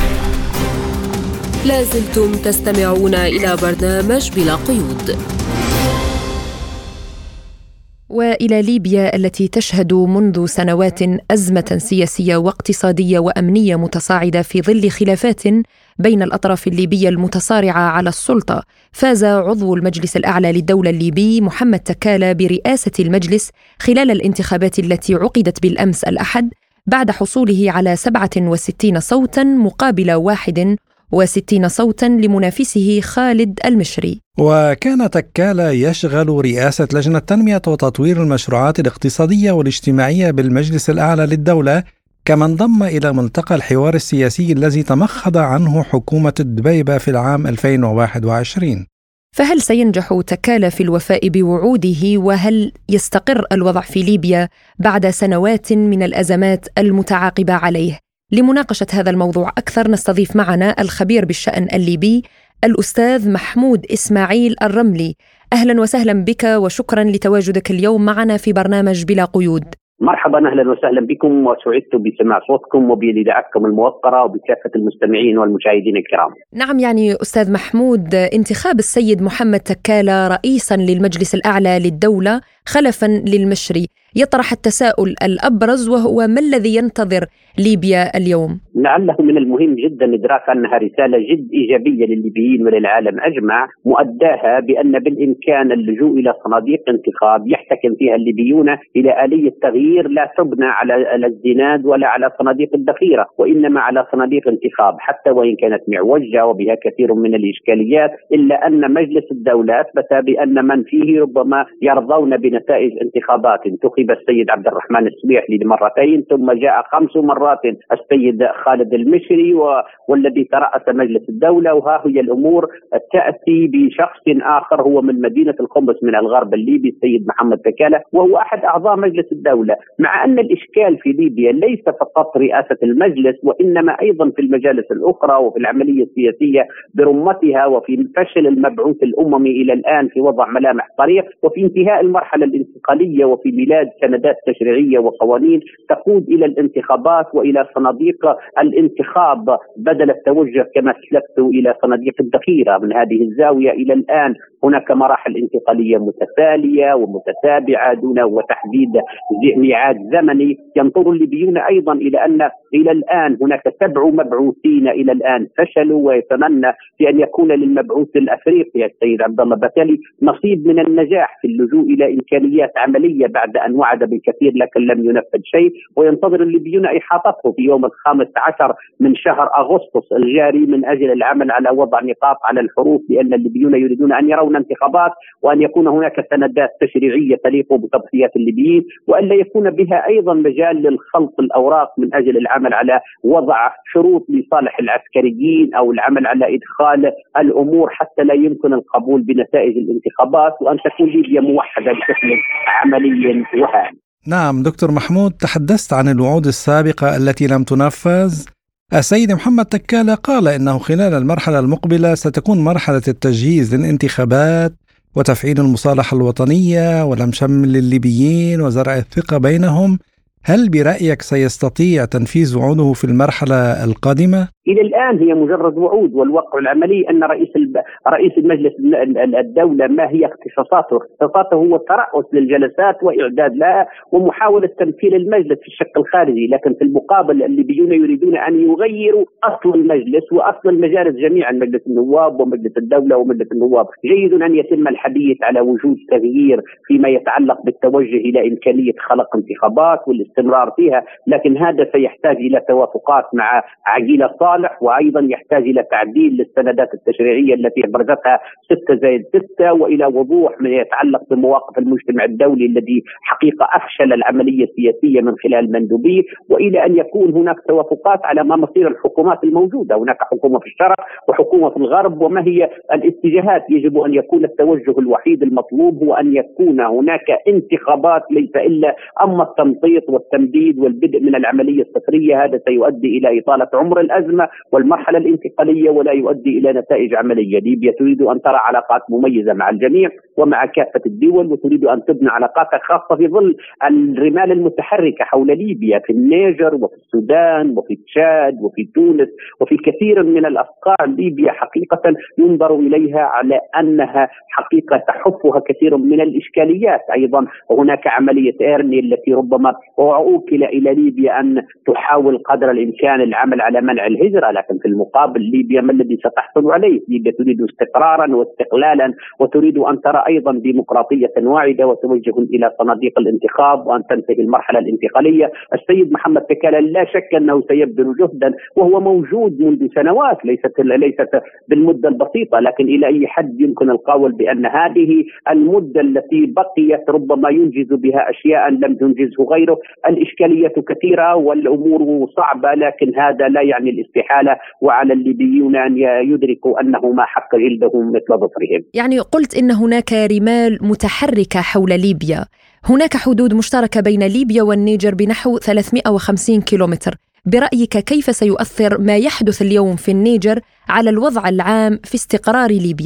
لازلتم تستمعون إلى برنامج بلا قيود. وإلى ليبيا التي تشهد منذ سنوات أزمة سياسية واقتصادية وأمنية متصاعدة في ظل خلافات بين الأطراف الليبية المتصارعة على السلطة. فاز عضو المجلس الأعلى للدولة الليبي محمد تكالة برئاسة المجلس خلال الانتخابات التي عقدت بالأمس الأحد بعد حصوله على سبعة وستين صوتا مقابل واحد وستين صوتا لمنافسه خالد المشري. وكان تكالة يشغل رئاسة لجنة تنمية وتطوير المشروعات الاقتصادية والاجتماعية بالمجلس الأعلى للدولة، كما انضم إلى ملتقى الحوار السياسي الذي تمخض عنه حكومة الدبيبة في العام ألفين وواحد وعشرين. فهل سينجح تكالة في الوفاء بوعوده؟ وهل يستقر الوضع في ليبيا بعد سنوات من الأزمات المتعاقبة عليه؟ لمناقشة هذا الموضوع أكثر نستضيف معنا الخبير بالشأن الليبي الأستاذ محمود إسماعيل الرملي. أهلا وسهلا بك وشكرا لتواجدك اليوم معنا في برنامج بلا قيود. مرحبا، أهلا وسهلا بكم وسعدت بسماع صوتكم وبإذاعتكم الموقرة وبكافة المستمعين والمشاهدين الكرام. نعم، يعني أستاذ محمود، انتخاب السيد محمد تكالة رئيسا للمجلس الأعلى للدولة خلفا للمشري يطرح التساؤل الأبرز، وهو ما الذي ينتظر ليبيا اليوم؟ لعله من المهم جدا إدراك أنها رسالة جد إيجابية للليبيين وللعالم أجمع، مؤداها بأن بالإمكان اللجوء إلى صناديق انتخاب يحتكم فيها الليبيون إلى آلية تغيير لا تبنى على الازدناد ولا على صناديق الذخيرة، وإنما على صناديق انتخاب، حتى وإن كانت معوجة وبها كثير من الإشكاليات، إلا أن مجلس الدولة أثبت بأن من فيه ربما يرضون بنتائج انتخابات. انتخب السيد عبد الرحمن السبيحلي لمرتين، ثم جاء خمس مرات السيد خالد المشري و... والذي ترأس مجلس الدولة، وها هي الأمور تأتي بشخص آخر هو من مدينة القمص من الغرب الليبي السيد محمد تكالة، وهو أحد أعضاء مجلس الدولة. مع أن الإشكال في ليبيا ليس فقط رئاسة المجلس، وإنما أيضا في المجالس الأخرى وفي العملية السياسية برمتها، وفي فشل المبعوث الأممي إلى الآن في وضع ملامح طريق، وفي انتهاء المرحلة الانتقالية، وفي ميلاد سندات تشريعية وقوانين تقود إلى الانتخابات وإلى صناديق الانتخاب بدل التوجه كما سلفت إلى صناديق الذخيرة. من هذه الزاوية إلى الآن هناك مراحل انتقالية متتالية ومتتابعة دون وتحديد ميعاد زمني. ينظر الليبيون أيضا إلى أن إلى الآن هناك سبع مبعوثين إلى الآن فشلوا، ويتمنى بأن يكون للمبعوث الأفريقي السيد عبد الله بتالي نصيب من النجاح في اللجوء إلى إمكانيات عملية بعد أن وعد بالكثير لكن لم ينفذ شيء. وينتظر الليبيون إحاطته في يوم الخامس عشر من شهر أغسطس الجاري من أجل العمل على وضع نقاط على الحروف، لأن الليبيون يريدون أن يرون انتخابات وأن يكون هناك سندات تشريعية تليق بتضحيات الليبيين، وأن لا يكون بها أيضا مجال للخلط الأوراق من أجل العمل على وضع شروط لصالح العسكريين أو العمل على إدخال الأمور حتى لا يمكن القبول بنتائج الانتخابات، وأن تكون ليبيا موحدة بشكل عملي وهام. نعم دكتور محمود، تحدثت عن الوعود السابقة التي لم تنفذ. السيد محمد تكالة قال إنه خلال المرحلة المقبلة ستكون مرحلة التجهيز للانتخابات وتفعيل المصالحة الوطنية ولم شمل الليبيين وزرع الثقة بينهم. هل برأيك سيستطيع تنفيذ وعوده في المرحلة القادمة؟ إلى الآن هي مجرد وعود، والواقع العملي أن رئيس رئيس المجلس الدولة ما هي اختصاصاته؟ اختصاصاته هو الترأس للجلسات وإعداد لها ومحاولة تمثيل المجلس في الشق الخارجي، لكن في المقابل الليبيون يريدون أن يغيروا أصل المجلس وأصل المجالس جميعا، مجلس النواب ومجلس الدولة ومجلس النواب. جيد أن يتم الحديث على وجود تغيير فيما يتعلق بالتوجه إلى إمكانية خلق انتخابات والاستمرار فيها، لكن هذا سيحتاج إلى توافقات مع عقيلة صالح، وأيضا يحتاج إلى تعديل للسندات التشريعية التي أبرزتها ستة زائد ستة، وإلى وضوح ما يتعلق بمواقف المجتمع الدولي الذي حقيقة أفشل العملية السياسية من خلال مندوبيه، وإلى أن يكون هناك توافقات على ما مصير الحكومات الموجودة. هناك حكومة في الشرق وحكومة في الغرب، وما هي الاتجاهات. يجب أن يكون التوجه الوحيد المطلوب هو أن يكون هناك انتخابات، ليس إلا أما التمطيط والتمديد والبدء من العملية الصفرية. هذا سيؤدي إلى إطالة عمر الأزمة والمرحلة الانتقالية ولا يؤدي إلى نتائج عملية. ليبيا تريد أن ترى علاقات مميزة مع الجميع ومع كافة الدول، وتريد أن تبني علاقاتها خاصة في ظل الرمال المتحركة حول ليبيا في النيجر وفي السودان وفي تشاد وفي تونس وفي كثير من الأفكار. ليبيا حقيقة ينظر إليها على أنها حقيقة تحفها كثير من الإشكاليات. أيضا هناك عملية إيرني التي ربما أوكل إلى ليبيا أن تحاول قدر الإمكان العمل على منع الهجرة، لكن في المقابل ليبيا ما الذي ستحصل عليه؟ ليبيا تريد استقرارا واستقلالا، وتريد أن ترى أيضا ديمقراطية واعدة وتوجه إلى صناديق الانتخاب وأن تنتهي المرحلة الانتقالية. السيد محمد تكالة لا شك أنه سيبذل جهدا وهو موجود منذ سنوات، ليست ليست بالمدة البسيطة، لكن إلى أي حد يمكن القول بأن هذه المدة التي بقيت ربما ينجز بها أشياء لم تنجزه غيره. الإشكالية كثيرة والأمور صعبة، لكن هذا لا يعني الاستحالة، وعلى الليبيون أن يدركوا أنه ما حق جلدهم مثل ظفرهم. يعني قلت إن هناك رمال متحركة حول ليبيا، هناك حدود مشتركة بين ليبيا والنيجر بنحو ثلاثمئة وخمسين كيلومتر. برأيك كيف سيؤثر ما يحدث اليوم في النيجر على الوضع العام في استقرار ليبيا؟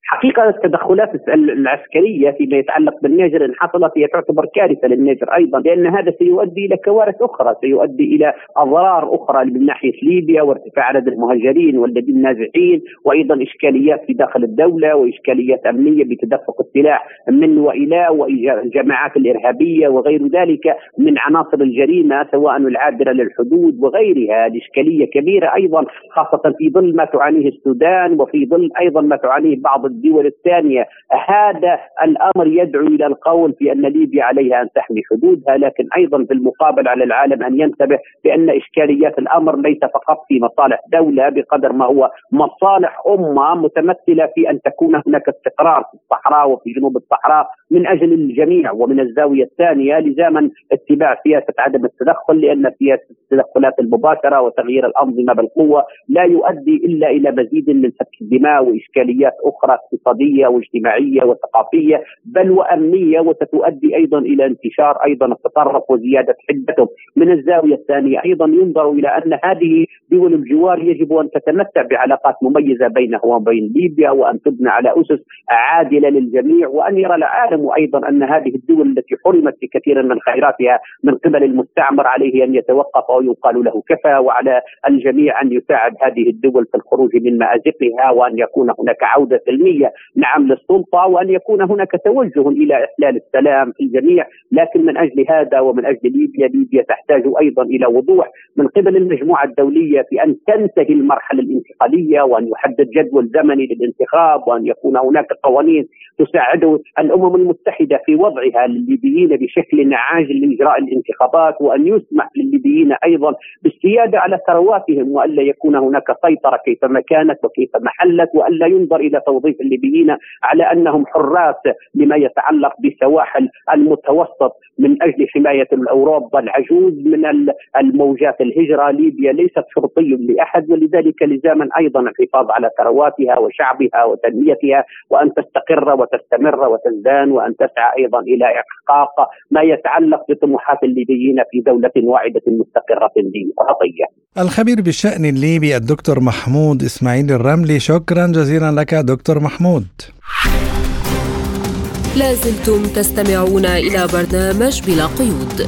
حقيقة التدخلات العسكرية فيما يتعلق بالنيجر إن حصلت هي تعتبر كارثة للنيجر أيضا، لأن هذا سيؤدي إلى كوارث أخرى، سيؤدي إلى أضرار أخرى من ناحية ليبيا وارتفاع عدد المهاجرين والذين النازحين، وأيضا إشكاليات في داخل الدولة وإشكاليات أمنية بتدفق السلاح من وإلى والجماعات الإرهابية وغير ذلك من عناصر الجريمة سواء العابرة للحدود وغيرها. الإشكالية كبيرة أيضا خاصة في ظل ما تعانيه السودان وفي ظل أيضا ما تعانيه بعض الدول الثانية. هذا الأمر يدعو إلى القول في أن ليبيا عليها أن تحمي حدودها، لكن أيضا في المقابل على العالم أن ينتبه بأن إشكاليات الأمر ليس فقط في مصالح دولة بقدر ما هو مصالح أمة متمثلة في أن تكون هناك استقرار في الصحراء وفي جنوب الصحراء من أجل الجميع. ومن الزاوية الثانية لزاما اتباع سياسة عدم التدخل، لأن سياسة التدخلات المباشرة وتغيير الأنظمة بالقوة لا يؤدي إلا إلى مزيد من سفك الدماء وإشكاليات أخرى اقتصادية واجتماعية وثقافية بل وأمنية، وستؤدي أيضا إلى انتشار أيضا التطرف وزيادة حدته. من الزاوية الثانية أيضا ينظر إلى أن هذه دول الجوار يجب أن تتمتع بعلاقات مميزة بينها وبين ليبيا، وأن تبنى على أسس عادلة للجميع، وأن يرى العالم أيضا أن هذه الدول التي حرمت بكثير من خيراتها من قبل المستعمر عليه أن يتوقف ويقال له كفى، وعلى الجميع أن يساعد هذه الدول في الخروج من مأزقها، وأن يكون هناك عودة سلمية نعم للسلطة، وأن يكون هناك توجه إلى إحلال السلام في الجميع. لكن من أجل هذا ومن أجل ليبيا، ليبيا تحتاج أيضا إلى وضوح من قبل المجموعة الدولية في أن تنتهي المرحلة الانتقالية، وأن يحدد جدول زمني للانتخاب، وأن يكون هناك قوانين تساعد الأمم المتحدة في وضعها للليبيين بشكل عاجل لإجراء الانتخابات، وأن يسمح للليبيين أيضا بالسيادة على ثرواتهم، وألا يكون هناك سيطرة كيفما كانت وكيفما حلت، وألا ينظر إلى توظيف الليبيين على أنهم حراس لما يتعلق بسواحل المتوسط من أجل حماية أوروبا العجوز من الموجات الهجرة. ليبيا ليست شرطي لأحد، ولذلك لزاما أيضا الحفاظ على ثرواتها وشعبها وتنميتها، وأن تستقر وتستمر وتزدان، وأن تسعى أيضا إلى إحقاق ما يتعلق بطموحات الليبيين في دولة واحدة مستقرة ديمقراطية. الخبير بالشأن الليبي الدكتور محمود إسماعيل الرملي، شكرا جزيلا لك دكتور محمود. لازلتم تستمعون إلى برنامج بلا قيود.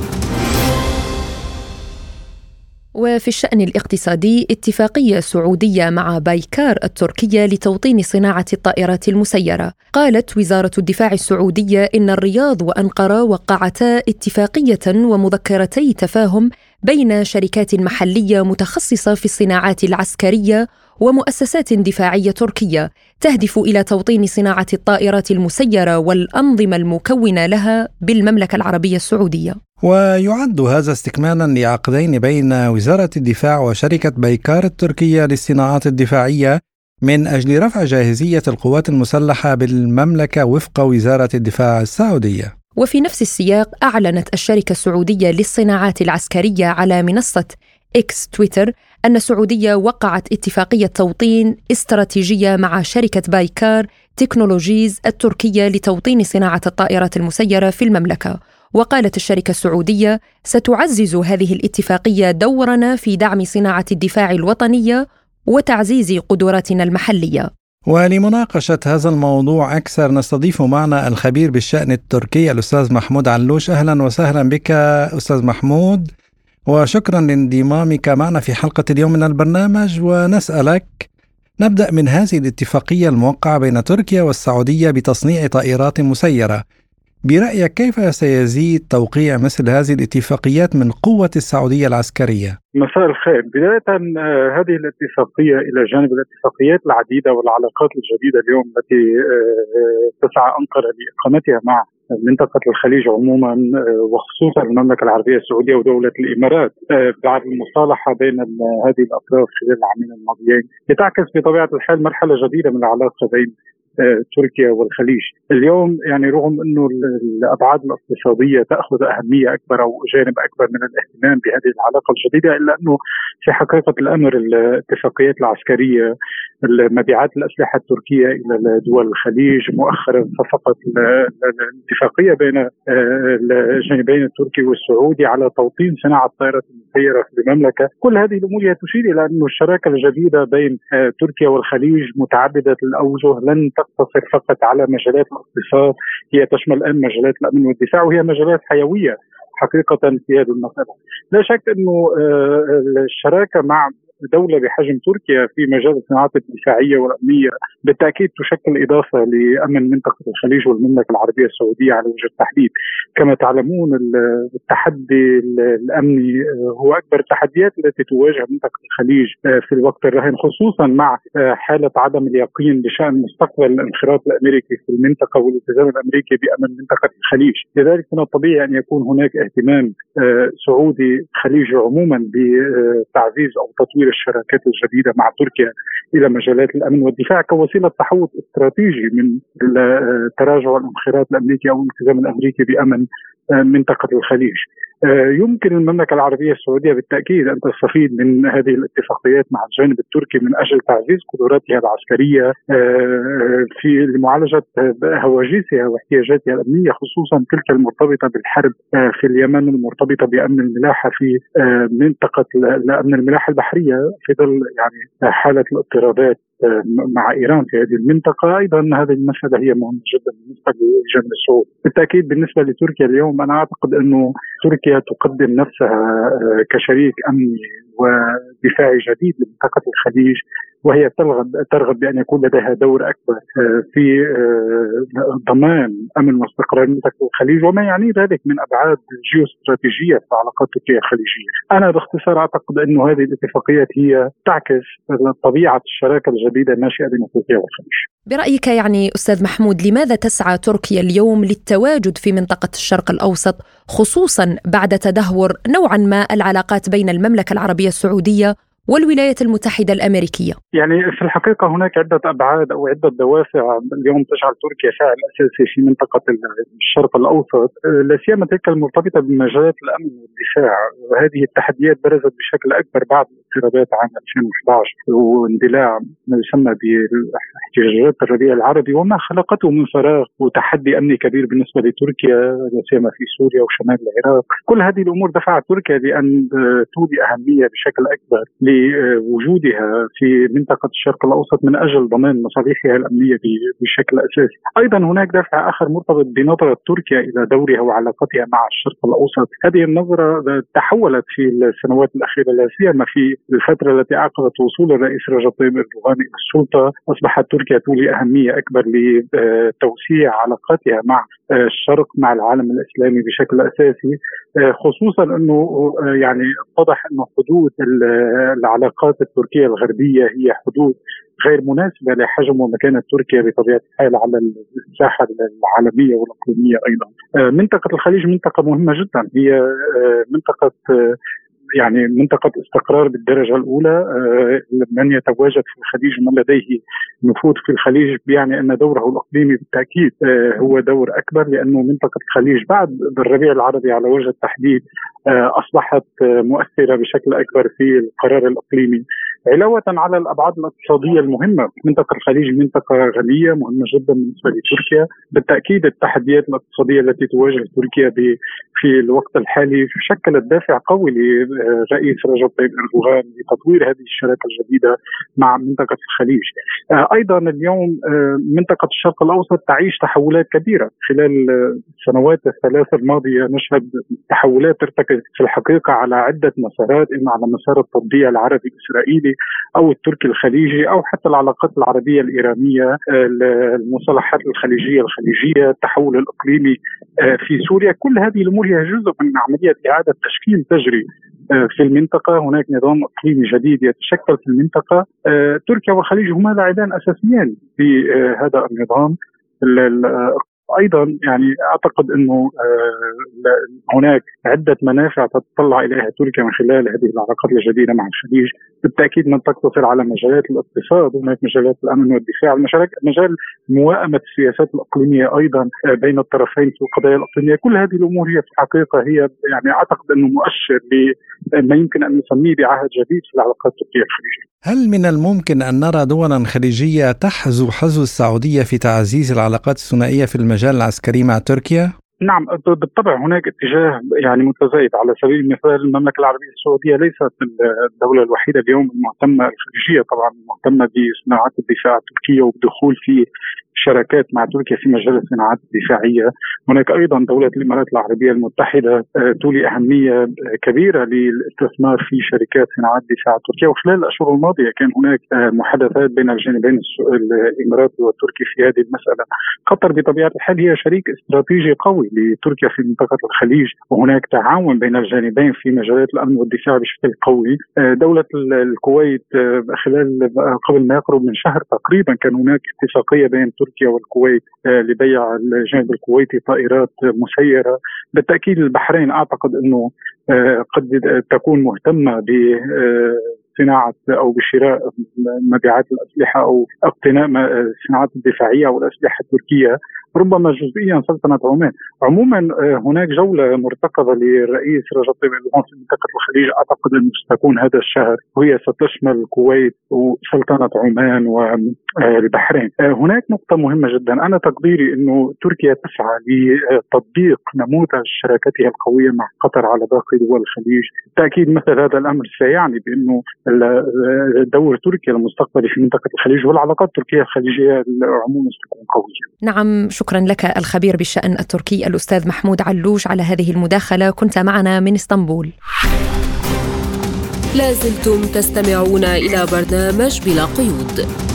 وفي الشأن الاقتصادي، اتفاقية سعودية مع بايكار التركية لتوطين صناعة الطائرات المسيرة. قالت وزارة الدفاع السعودية إن الرياض وأنقرة وقعتا اتفاقية ومذكرتي تفاهم بين شركات محلية متخصصة في الصناعات العسكرية ومؤسسات دفاعية تركية تهدف إلى توطين صناعة الطائرات المسيرة والأنظمة المكونة لها بالمملكة العربية السعودية. ويعد هذا استكمالا لعقدين بين وزارة الدفاع وشركة بايكار التركية للصناعات الدفاعية من أجل رفع جاهزية القوات المسلحة بالمملكة وفق وزارة الدفاع السعودية. وفي نفس السياق، أعلنت الشركة السعودية للصناعات العسكرية على منصة إكس تويتر أن السعودية وقعت اتفاقية توطين استراتيجية مع شركة بايكار تكنولوجيز التركية لتوطين صناعة الطائرات المسيرة في المملكة. وقالت الشركة السعودية: ستعزز هذه الاتفاقية دورنا في دعم صناعة الدفاع الوطنية وتعزيز قدراتنا المحلية. ولمناقشة هذا الموضوع أكثر نستضيف معنا الخبير بالشأن التركي الأستاذ محمود علوش. أهلا وسهلا بك أستاذ محمود، وشكرا لانضمامك معنا في حلقة اليوم من البرنامج. ونسألك، نبدأ من هذه الاتفاقية الموقعة بين تركيا والسعودية بتصنيع طائرات مسيرة. برأيك كيف سيزيد توقيع مثل هذه الاتفاقيات من قوة السعودية العسكرية؟ مساء الخير. بداية هذه الاتفاقية إلى جانب الاتفاقيات العديدة والعلاقات الجديدة اليوم التي تسعى أنقرة لإقامتها مع منطقة الخليج عموما وخصوصا المملكة العربية السعودية ودولة الإمارات بعد المصالحة بين هذه الأطراف خلال العامين الماضيين، لتعكس بطبيعة الحال مرحلة جديدة من العلاقة بين تركيا والخليج. اليوم يعني رغم أنه الأبعاد الاقتصادية تأخذ أهمية أكبر أو جانب أكبر من الاهتمام بهذه العلاقة الجديدة، إلا أنه في حقيقة الأمر الاتفاقيات العسكرية، مبيعات الأسلحة التركية إلى دول الخليج، مؤخرا صفقت الاتفاقية بين الجانبين التركي والسعودي على توطين صناعة الطائرات المسيرة في المملكة، كل هذه الأمور تشير إلى أنه الشراكة الجديدة بين تركيا والخليج متعددة الأوجه لن تقتصر فقط على مجالات الاقتصاد، هي تشمل الآن مجالات الأمن والدفاع، وهي مجالات حيوية حقيقة في هذه المسألة. لا شك أنه الشراكة مع دولة بحجم تركيا في مجال الصناعات الدفاعية والأمنية بالتأكيد تشكل إضافة لأمن منطقة الخليج والمملكة العربية السعودية على وجه التحديد. كما تعلمون التحدي الأمني هو أكبر التحديات التي تواجه منطقة الخليج في الوقت الراهن، خصوصا مع حالة عدم اليقين بشأن مستقبل الانخراط الأمريكي في المنطقة والالتزام الأمريكي بأمن منطقة الخليج. لذلك من الطبيعي أن يكون هناك اهتمام سعودي خليجي عموما بتعزيز أو تطوير الشراكات الجديدة مع تركيا إلى مجالات الأمن والدفاع كوسيلة تحوط استراتيجي من التراجع الانخراط الأمريكي أو الالتزام الأمريكي بأمن منطقة الخليج. يمكن المملكة العربية السعودية بالتأكيد أن تستفيد من هذه الاتفاقيات مع الجانب التركي من أجل تعزيز قدراتها العسكرية في لمعالجة هواجسها واحتياجاتها الأمنية، خصوصا تلك المرتبطة بالحرب في اليمن والمرتبطة بأمن الملاحة في منطقة الأمن الملاحة البحرية في ظل يعني حالة الاضطرابات مع إيران في هذه المنطقة. أيضا هذه المسألة هي مهمة جدا بالنسبة للجانب السعودي. بالتأكيد بالنسبة لتركيا اليوم أنا أعتقد أنه تركيا تقدم نفسها كشريك أمني ودفاعي جديد لمنطقة الخليج، وهي ترغب ترغب بأن يكون لديها دور أكبر في ضمان أمن واستقرار منطقة الخليج وما يعني ذلك من أبعاد جيوستراتيجية في العلاقات التركية الخليجية. أنا باختصار أعتقد أن هذه الاتفاقيات هي تعكس طبيعة الشراكة الجديدة الناشئة بين تركيا والخليج. برأيك يعني أستاذ محمود، لماذا تسعى تركيا اليوم للتواجد في منطقة الشرق الأوسط، خصوصا بعد تدهور نوعا ما العلاقات بين المملكة العربية السعودية والولايات المتحدة الأمريكية؟ يعني في الحقيقة هناك عدة أبعاد أو عدة دوافع اليوم تجعل تركيا فاعل أساسي في منطقة الشرق الأوسط، لا سيما تلك المرتبطة بمجالات الأمن والدفاع، وهذه التحديات برزت بشكل أكبر بعد الاضطرابات عام ألفين وأحد عشر واندلاع ما يسمى باحتجاجات الربيع العربي وما خلقته من فراغ وتحدي أمني كبير بالنسبة لتركيا لا سيما في سوريا وشمال العراق. كل هذه الأمور دفعت تركيا لأن تولي أهمية بشكل أكبر لوجودها في منطقة الشرق الأوسط من أجل ضمان مصالحها الأمنية بشكل أساسي. أيضا هناك دافع آخر مرتبط بنظرة تركيا إلى دورها وعلاقتها مع الشرق الأوسط. هذه النظرة تحولت في السنوات الأخيرة لا سيما في الفترة التي عقبت وصول الرئيس رجب طيب أردوغان إلى السلطة. أصبحت تركيا تولي أهمية أكبر لتوسيع علاقاتها مع الشرق مع العالم الإسلامي بشكل أساسي، خصوصا أنه يعني اتضح أنه حدود العلاقات التركية الغربية هي حدود غير مناسبة لحجم ومكانة تركيا بطبيعة الحال على الساحة العالمية والإقليمية. أيضا منطقة الخليج منطقة مهمة جدا، هي منطقة يعني منطقة استقرار بالدرجة الأولى. من يتواجد في الخليج ومن لديه نفوذ في الخليج يعني أن دوره الإقليمي بالتأكيد هو دور أكبر، لأنه منطقة الخليج بعد الربيع العربي على وجه التحديد أصبحت مؤثرة بشكل أكبر في القرار الإقليمي، علاوة على الأبعاد الاقتصادية المهمة. منطقة الخليج منطقة غنية مهمة جدا بالنسبة لتركيا. بالتأكيد التحديات الاقتصادية التي تواجه تركيا في الوقت الحالي شكلت دافع قوي لرئيس رجب طيب أردوغان لتطوير هذه الشراكة الجديدة مع منطقة الخليج. أيضا اليوم منطقة الشرق الأوسط تعيش تحولات كبيرة. خلال السنوات الثلاث الماضية نشهد تحولات ترتكز في الحقيقة على عدة مسارات، إما على مسار التطبيع العربي الإسرائيلي أو التركي الخليجي أو حتى العلاقات العربية الإيرانية، المصالحات الخليجية الخليجية، التحول الإقليمي في سوريا. كل هذه الأمور هي جزء من عملية إعادة تشكيل تجري في المنطقة. هناك نظام إقليمي جديد يتشكل في المنطقة. تركيا والخليج هما لاعبان أساسيان في هذا النظام. أيضا يعني أعتقد أنه هناك عدة منافع تتطلع إليها تركيا من خلال هذه العلاقات الجديدة مع الخليج. بالتأكيد من تقتصر على مجالات الاقتصاد، وهناك مجالات الأمن والدفاع، مجال موائمة السياسات الإقليمية أيضا بين الطرفين في القضايا الإقليمية. كل هذه الأمور هي في الحقيقة هي يعني أعتقد أنه مؤشر لما يمكن أن نسميه بعهد جديد في العلاقات التركية الخليجية. هل من الممكن أن نرى دولا خليجية تحذو حذو السعودية في تعزيز العلاقات الثنائية في المجال العسكري مع تركيا؟ نعم بالطبع هناك اتجاه يعني متزايد. على سبيل المثال المملكة العربية السعودية ليست الدولة الوحيدة اليوم المهتمة، الخليجية طبعا مهتمة بصناعات الدفاع التركية وبدخول في شراكات مع تركيا في مجال الصناعات الدفاعية. هناك أيضا دولة الإمارات العربية المتحدة تولي أهمية كبيرة للاستثمار في شركات صناعات دفاع تركيا، وخلال الأشهر الماضية كان هناك محادثات بين الجانبين الإماراتي والتركي في هذه المسألة. قطر بطبيعة الحال هي شريك استراتيجي قوي لتركيا في منطقة الخليج، وهناك تعاون بين الجانبين في مجالات الأمن والدفاع بشكل قوي. دولة الكويت خلال قبل ما يقرب من شهر تقريبا كان هناك اتفاقية بين تركيا والكويت لبيع الجانب الكويتي طائرات مسيرة. بالتأكيد البحرين أعتقد أنه قد تكون مهتمة ب صناعة أو بشراء مبيعات الأسلحة أو اقتناء الصناعات الدفاعية والأسلحة التركية، ربما جزئيا سلطنة عمان. عموما هناك جولة مرتقبة للرئيس رجب طيب أردوغان في منطقة الخليج، أعتقد أن ستكون هذا الشهر، وهي ستشمل الكويت وسلطنة عمان والبحرين. هناك نقطة مهمة جدا، أنا تقديري أنه تركيا تسعى لتطبيق نموذج شراكتها القوية مع قطر على باقي دول الخليج. بالتأكيد مثل هذا الأمر سيعني بأنه دور تركيا المستقبلي في منطقة الخليج والعلاقات التركية الخليجية عموما ستكون قوية. نعم، شكرا لك الخبير بالشأن التركي الأستاذ محمود علوش على هذه المداخلة، كنت معنا من اسطنبول. لازلتم تستمعون إلى برنامج بلا قيود.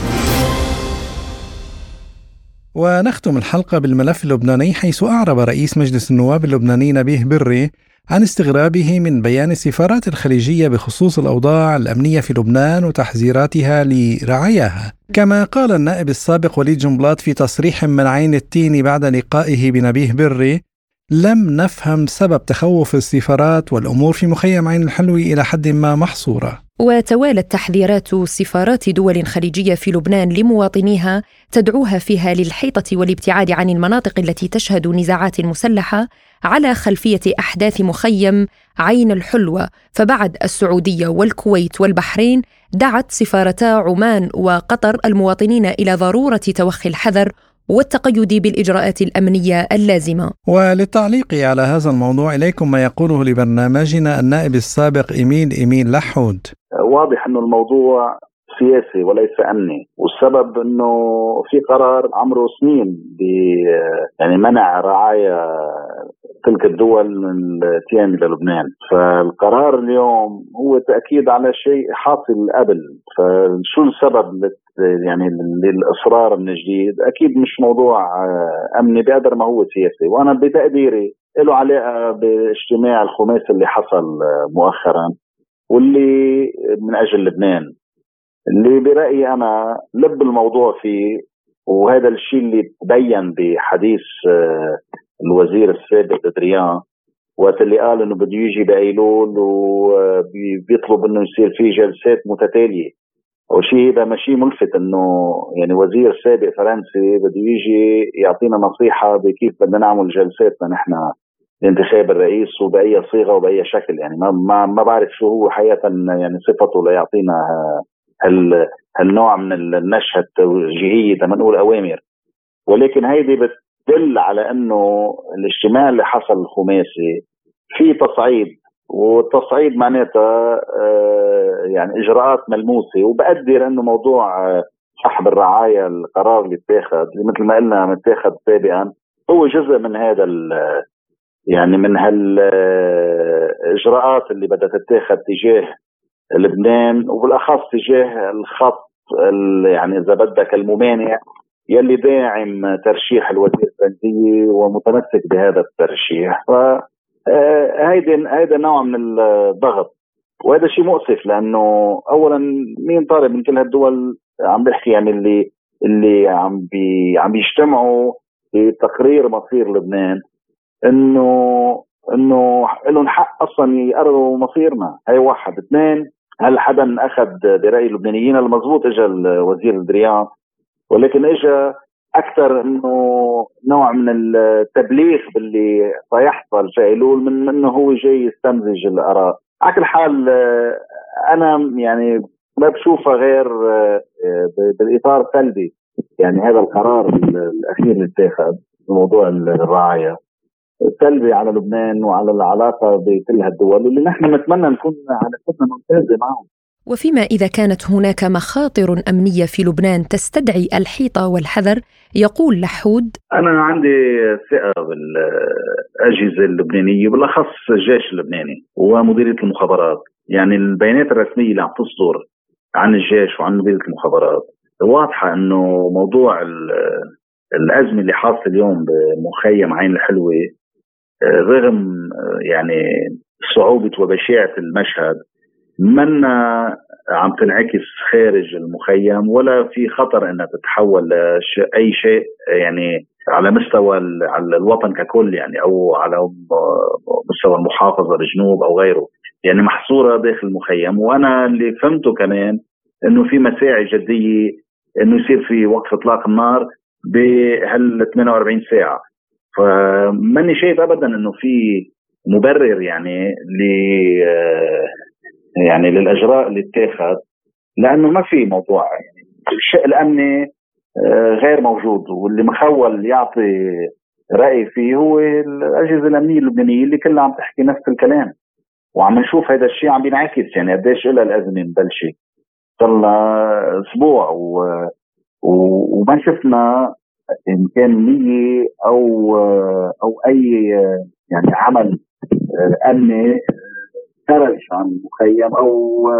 ونختم الحلقة بالملف اللبناني، حيث أعرب رئيس مجلس النواب اللبناني نبيه بري عن استغرابه من بيان السفارات الخليجية بخصوص الأوضاع الأمنية في لبنان وتحذيراتها لرعاياها. كما قال النائب السابق وليد جنبلاط في تصريح من عين التين بعد لقائه بنبيه بري: لم نفهم سبب تخوف السفارات، والأمور في مخيم عين الحلوي إلى حد ما محصورة. وتوالت تحذيرات سفارات دول خليجية في لبنان لمواطنيها تدعوها فيها للحيطة والابتعاد عن المناطق التي تشهد نزاعات مسلحة على خلفية أحداث مخيم عين الحلوة. فبعد السعودية والكويت والبحرين دعت سفارتا عمان وقطر المواطنين إلى ضرورة توخي الحذر والتقيد بالإجراءات الأمنية اللازمة. وللتعليق على هذا الموضوع إليكم ما يقوله لبرنامجنا النائب السابق إيميل إيميل لحود. واضح أنه الموضوع سياسي وليس أمني، والسبب أنه في قرار عمره سنين ب يعني منع رعايا تلك الدول من الاتيان إلى لبنان. فالقرار اليوم هو تأكيد على شيء حاصل قبل. فشو السبب يعني للإصرار من جديد؟ أكيد مش موضوع أمني بقدر ما هو سياسي، وأنا بتقديري له علاقة باجتماع الخماسي اللي حصل مؤخرا واللي من أجل لبنان، اللي برأيي أنا لب الموضوع فيه. وهذا الشيء اللي تبين بحديث الوزير السابق دريان وقت اللي قال إنه بده يجي بأيلول وبيطلب إنه يصير فيه جلسات متتالية. وشيء هذا ماشي ملفت إنه يعني وزير سابق فرنسي بده يجي يعطينا نصيحة بكيف بدنا نعمل جلساتنا نحن لانتخاب الرئيس وبأي صيغة وبأي شكل. يعني ما ما ما بعرف شو هو حقيقة يعني صفته ليعطينا هال هالنوع من النشهة التوجيهية لما نقول أوامر. ولكن هيدي بتدل على إنه الاجتماع اللي حصل الخماسي في تصعيد، والتصعيد معناتها يعني إجراءات ملموسة. وبقدر إنه موضوع سحب الرعاية القرار اللي اتاخد مثل ما قلنا متاخد سابقا هو جزء من هذا يعني من هالإجراءات اللي بدها تتاخد تجاه لبنان، وبالأخص تجاه الخط يعني إذا بدك الممانع يلي داعم ترشيح الوزير الفرنسي ومتمسك بهذا الترشيح. فهيدا هيدا نوع من الضغط، وهذا شيء مؤسف. لأنه أولا مين طالب من كل هالدول عم بحكي يعني اللي اللي عم بي عم بيجتمعوا في تقرير مصير لبنان إنه إنه لهم حق أصلا يقرروا مصيرنا. هاي واحد. اثنين، هل حدا أخذ برأي اللبنانيين؟ المضبوط إجا الوزير دريان، ولكن إجا أكثر إنه نوع من التبليغ باللي سيحصل في أيلول من إنه هو جاي يستمزج الآراء. على كل حال أنا يعني ما بشوفها غير بالإطار سلبي. يعني هذا القرار الأخير اللي اتاخذ بموضوع الرعاية سلبي على لبنان وعلى العلاقة بكل هالدول اللي نحن نتمنى نكون علاقتنا ممتازة معهم. وفيما إذا كانت هناك مخاطر أمنية في لبنان تستدعي الحيطة والحذر، يقول لحود: أنا عندي ثقة بالأجهزة اللبنانية بالأخص الجيش اللبناني ومديرية المخابرات. يعني البيانات الرسمية اللي عم تصدر عن الجيش وعن مديرية المخابرات واضحة أنه موضوع الأزمة اللي حاصل اليوم بمخيم عين الحلوة رغم يعني صعوبة وبشاعة المشهد منا عم تنعكس خارج المخيم ولا في خطر انها تتحول لاي شيء يعني على مستوى على الوطن ككل، يعني او على مستوى المحافظه الجنوب او غيره، يعني محصوره داخل المخيم. وانا اللي فهمته كمان انه في مساعي جديه انه يصير في وقف اطلاق النار بهال ثمانية وأربعين ساعه. فماني شايف ابدا انه في مبرر يعني ل يعني للأجراء اللي اتخذ، لأنه ما في موضوع يعني الشيء الأمني غير موجود، واللي مخول يعطي رأي فيه هو الأجهزة الأمنية اللبنانية اللي كلها عم تحكي نفس الكلام. وعم نشوف هذا الشيء عم بينعكس، يعني قديش إلى الأزمة مبلشة صار أسبوع و... و... وما شفنا إن كان نية أو أو أي يعني عمل أمني خرج عن المخيم او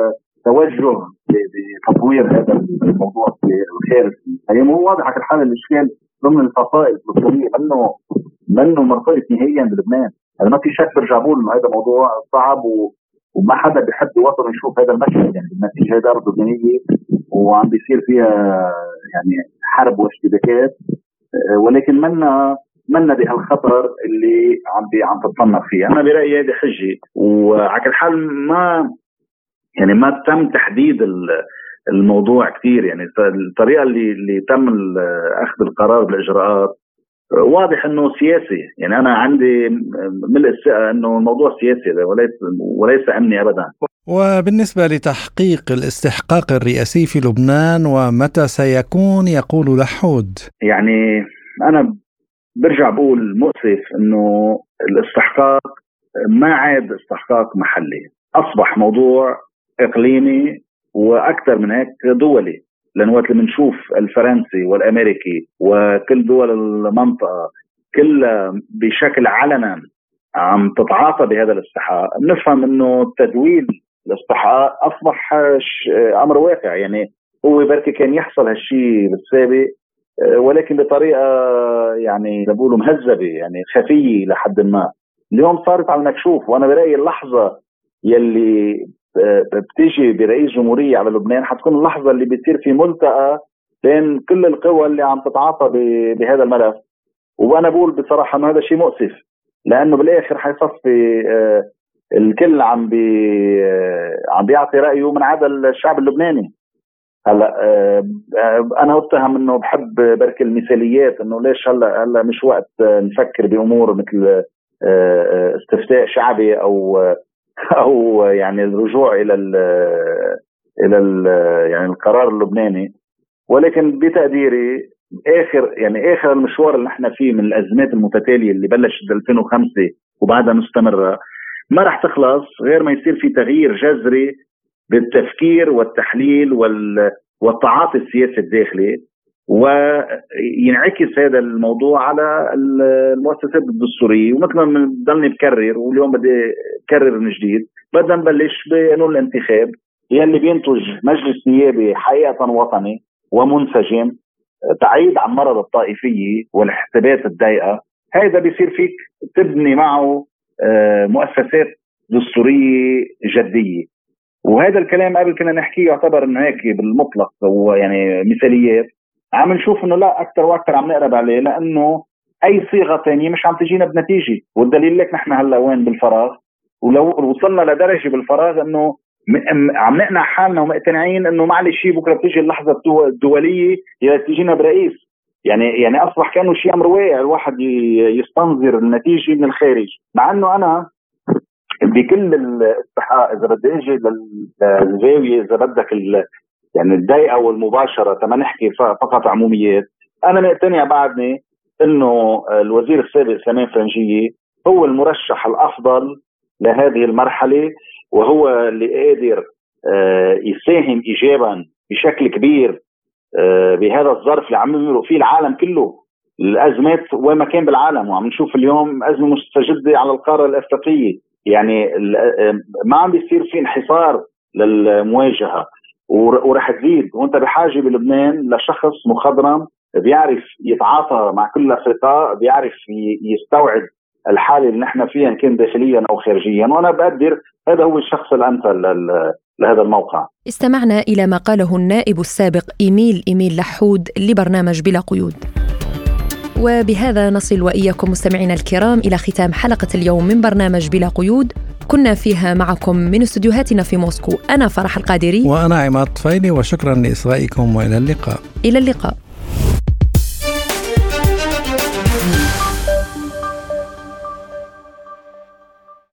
توجه لتطوير هذا الموضوع في الخارج المخيم. هو واضح على الحال الاشكال ضمن الفصائل الفلسطينيه منه منه مرتبط نهائيا بلبنان. يعني ما في شك برجع بقول انه هذا موضوع صعب و... وما حدا بيحب وطنه يشوف هذا المشهد. يعني النتيجه هذه ارض لبنانيه وعم بيصير فيها يعني حرب واشتباكات، ولكن منا منا بهالخطر اللي عم بي عم تتصنف فيه. انا برايي هذه حجه، وعلى كل حال ما يعني ما تم تحديد الموضوع كثير. يعني الطريقه اللي اللي تم اخذ القرار بالاجراءات واضح انه سياسي. يعني انا عندي ملء الثقه انه الموضوع سياسي وليس وليس امني ابدا. وبالنسبه لتحقيق الاستحقاق الرئاسي في لبنان ومتى سيكون، يقول لحود: يعني انا برجع بقول مؤسف انه الاستحقاق ما عاد استحقاق محلي، اصبح موضوع اقليمي واكثر من هيك دولي. لان وقت اللي بنشوف الفرنسي والامريكي وكل دول المنطقه كلها بشكل علنا عم تتعاطى بهذا الاستحقاق، بنفهم انه تدويل الاستحقاق اصبح امر واقع. يعني هو بركي كان يحصل هالشيء بالسابق ولكن بطريقه يعني بقولوا مهذبه، يعني خفيه لحد ما. اليوم صارت على المكشوف. وانا برايي اللحظه يلي بتيجي برئيس جمهوريه على لبنان حتكون اللحظه اللي بتصير في ملتقى بين كل القوى اللي عم تتعاطى بهذا الملف. وانا بقول بصراحه انه هذا شيء مؤسف، لانه بالاخر حيصفي الكل عم بي عم بيعطي رايه من عدا الشعب اللبناني. هلا انا اتهم انه بحب برك المثاليات، انه ليش هلا هلا مش وقت نفكر بامور مثل استفتاء شعبي او او يعني الرجوع الى ال الى ال يعني القرار اللبناني. ولكن بتقديري اخر يعني اخر المشوار اللي نحن فيه من الازمات المتتاليه اللي بلشت ألفين وخمسة وبعدها مستمره ما راح تخلص غير ما يصير في تغيير جذري بالتفكير والتحليل والتعاطي السياسي الداخلي، وينعكس هذا الموضوع على المؤسسات الدستوريه. ومثل ما بنضلني بكرر واليوم بدي اكرر من جديد، بدنا نبلش بقانون الانتخاب يلي بينتج مجلس نيابي حقيقه وطني ومنسجم بعيد عن مرض الطائفيه والحسابات الضيقه. هذا بيصير فيك تبني معه مؤسسات دستوريه جديه. وهذا الكلام قبل كنا نحكيه يعتبر انه هيك بالمطلق هو يعني مثاليات، عم نشوف انه لا اكثر واكثر عم نقرب عليه، لانه اي صيغه ثانيه مش عم تجينا بنتيجه. والدليل لك نحن هلا وين بالفراغ، ولو وصلنا لدرجه بالفراغ انه عم نقنع حالنا ومقتنعين انه معلش شيء بكره بتيجي اللحظه الدوليه يا تجينا برئيس. يعني يعني اصبح كانه شيء امر واقع الواحد يستنظر النتيجه من الخارج. مع انه انا بكل الاستحقاق اذا بدي اجي للزاويه اذا بدك يعني الضيقه والمباشره تما نحكي فقط عموميات، انا مقتنع بعدني انه الوزير السابق سليمان فرنجيه هو المرشح الأفضل لهذه المرحلة، وهو اللي قادر يساهم إيجابا بشكل كبير بهذا الظرف اللي عم يمر فيه العالم كله. الأزمات وين ما كان بالعالم، وعم نشوف اليوم أزمة مستجدة على القارة الأفريقية، يعني ما عم بيصير في انحصار للمواجهة ورح تزيد. وانت بحاجة بلبنان لشخص مخضرم بيعرف يتعاطى مع كل الأفرقاء، بيعرف يستوعب الحالة اللي نحن فيها إن كان داخليا أو خارجيا، وأنا بقدر هذا هو الشخص الأمثل لهذا الموقع. استمعنا إلى ما قاله النائب السابق إيميل إيميل لحود لبرنامج بلا قيود. وبهذا نصل وإياكم مستمعينا الكرام إلى ختام حلقة اليوم من برنامج بلا قيود. كنا فيها معكم من استديوهاتنا في موسكو أنا فرح القادري وأنا عماد طفيلي، وشكرا لإصغائكم وإلى اللقاء. إلى اللقاء.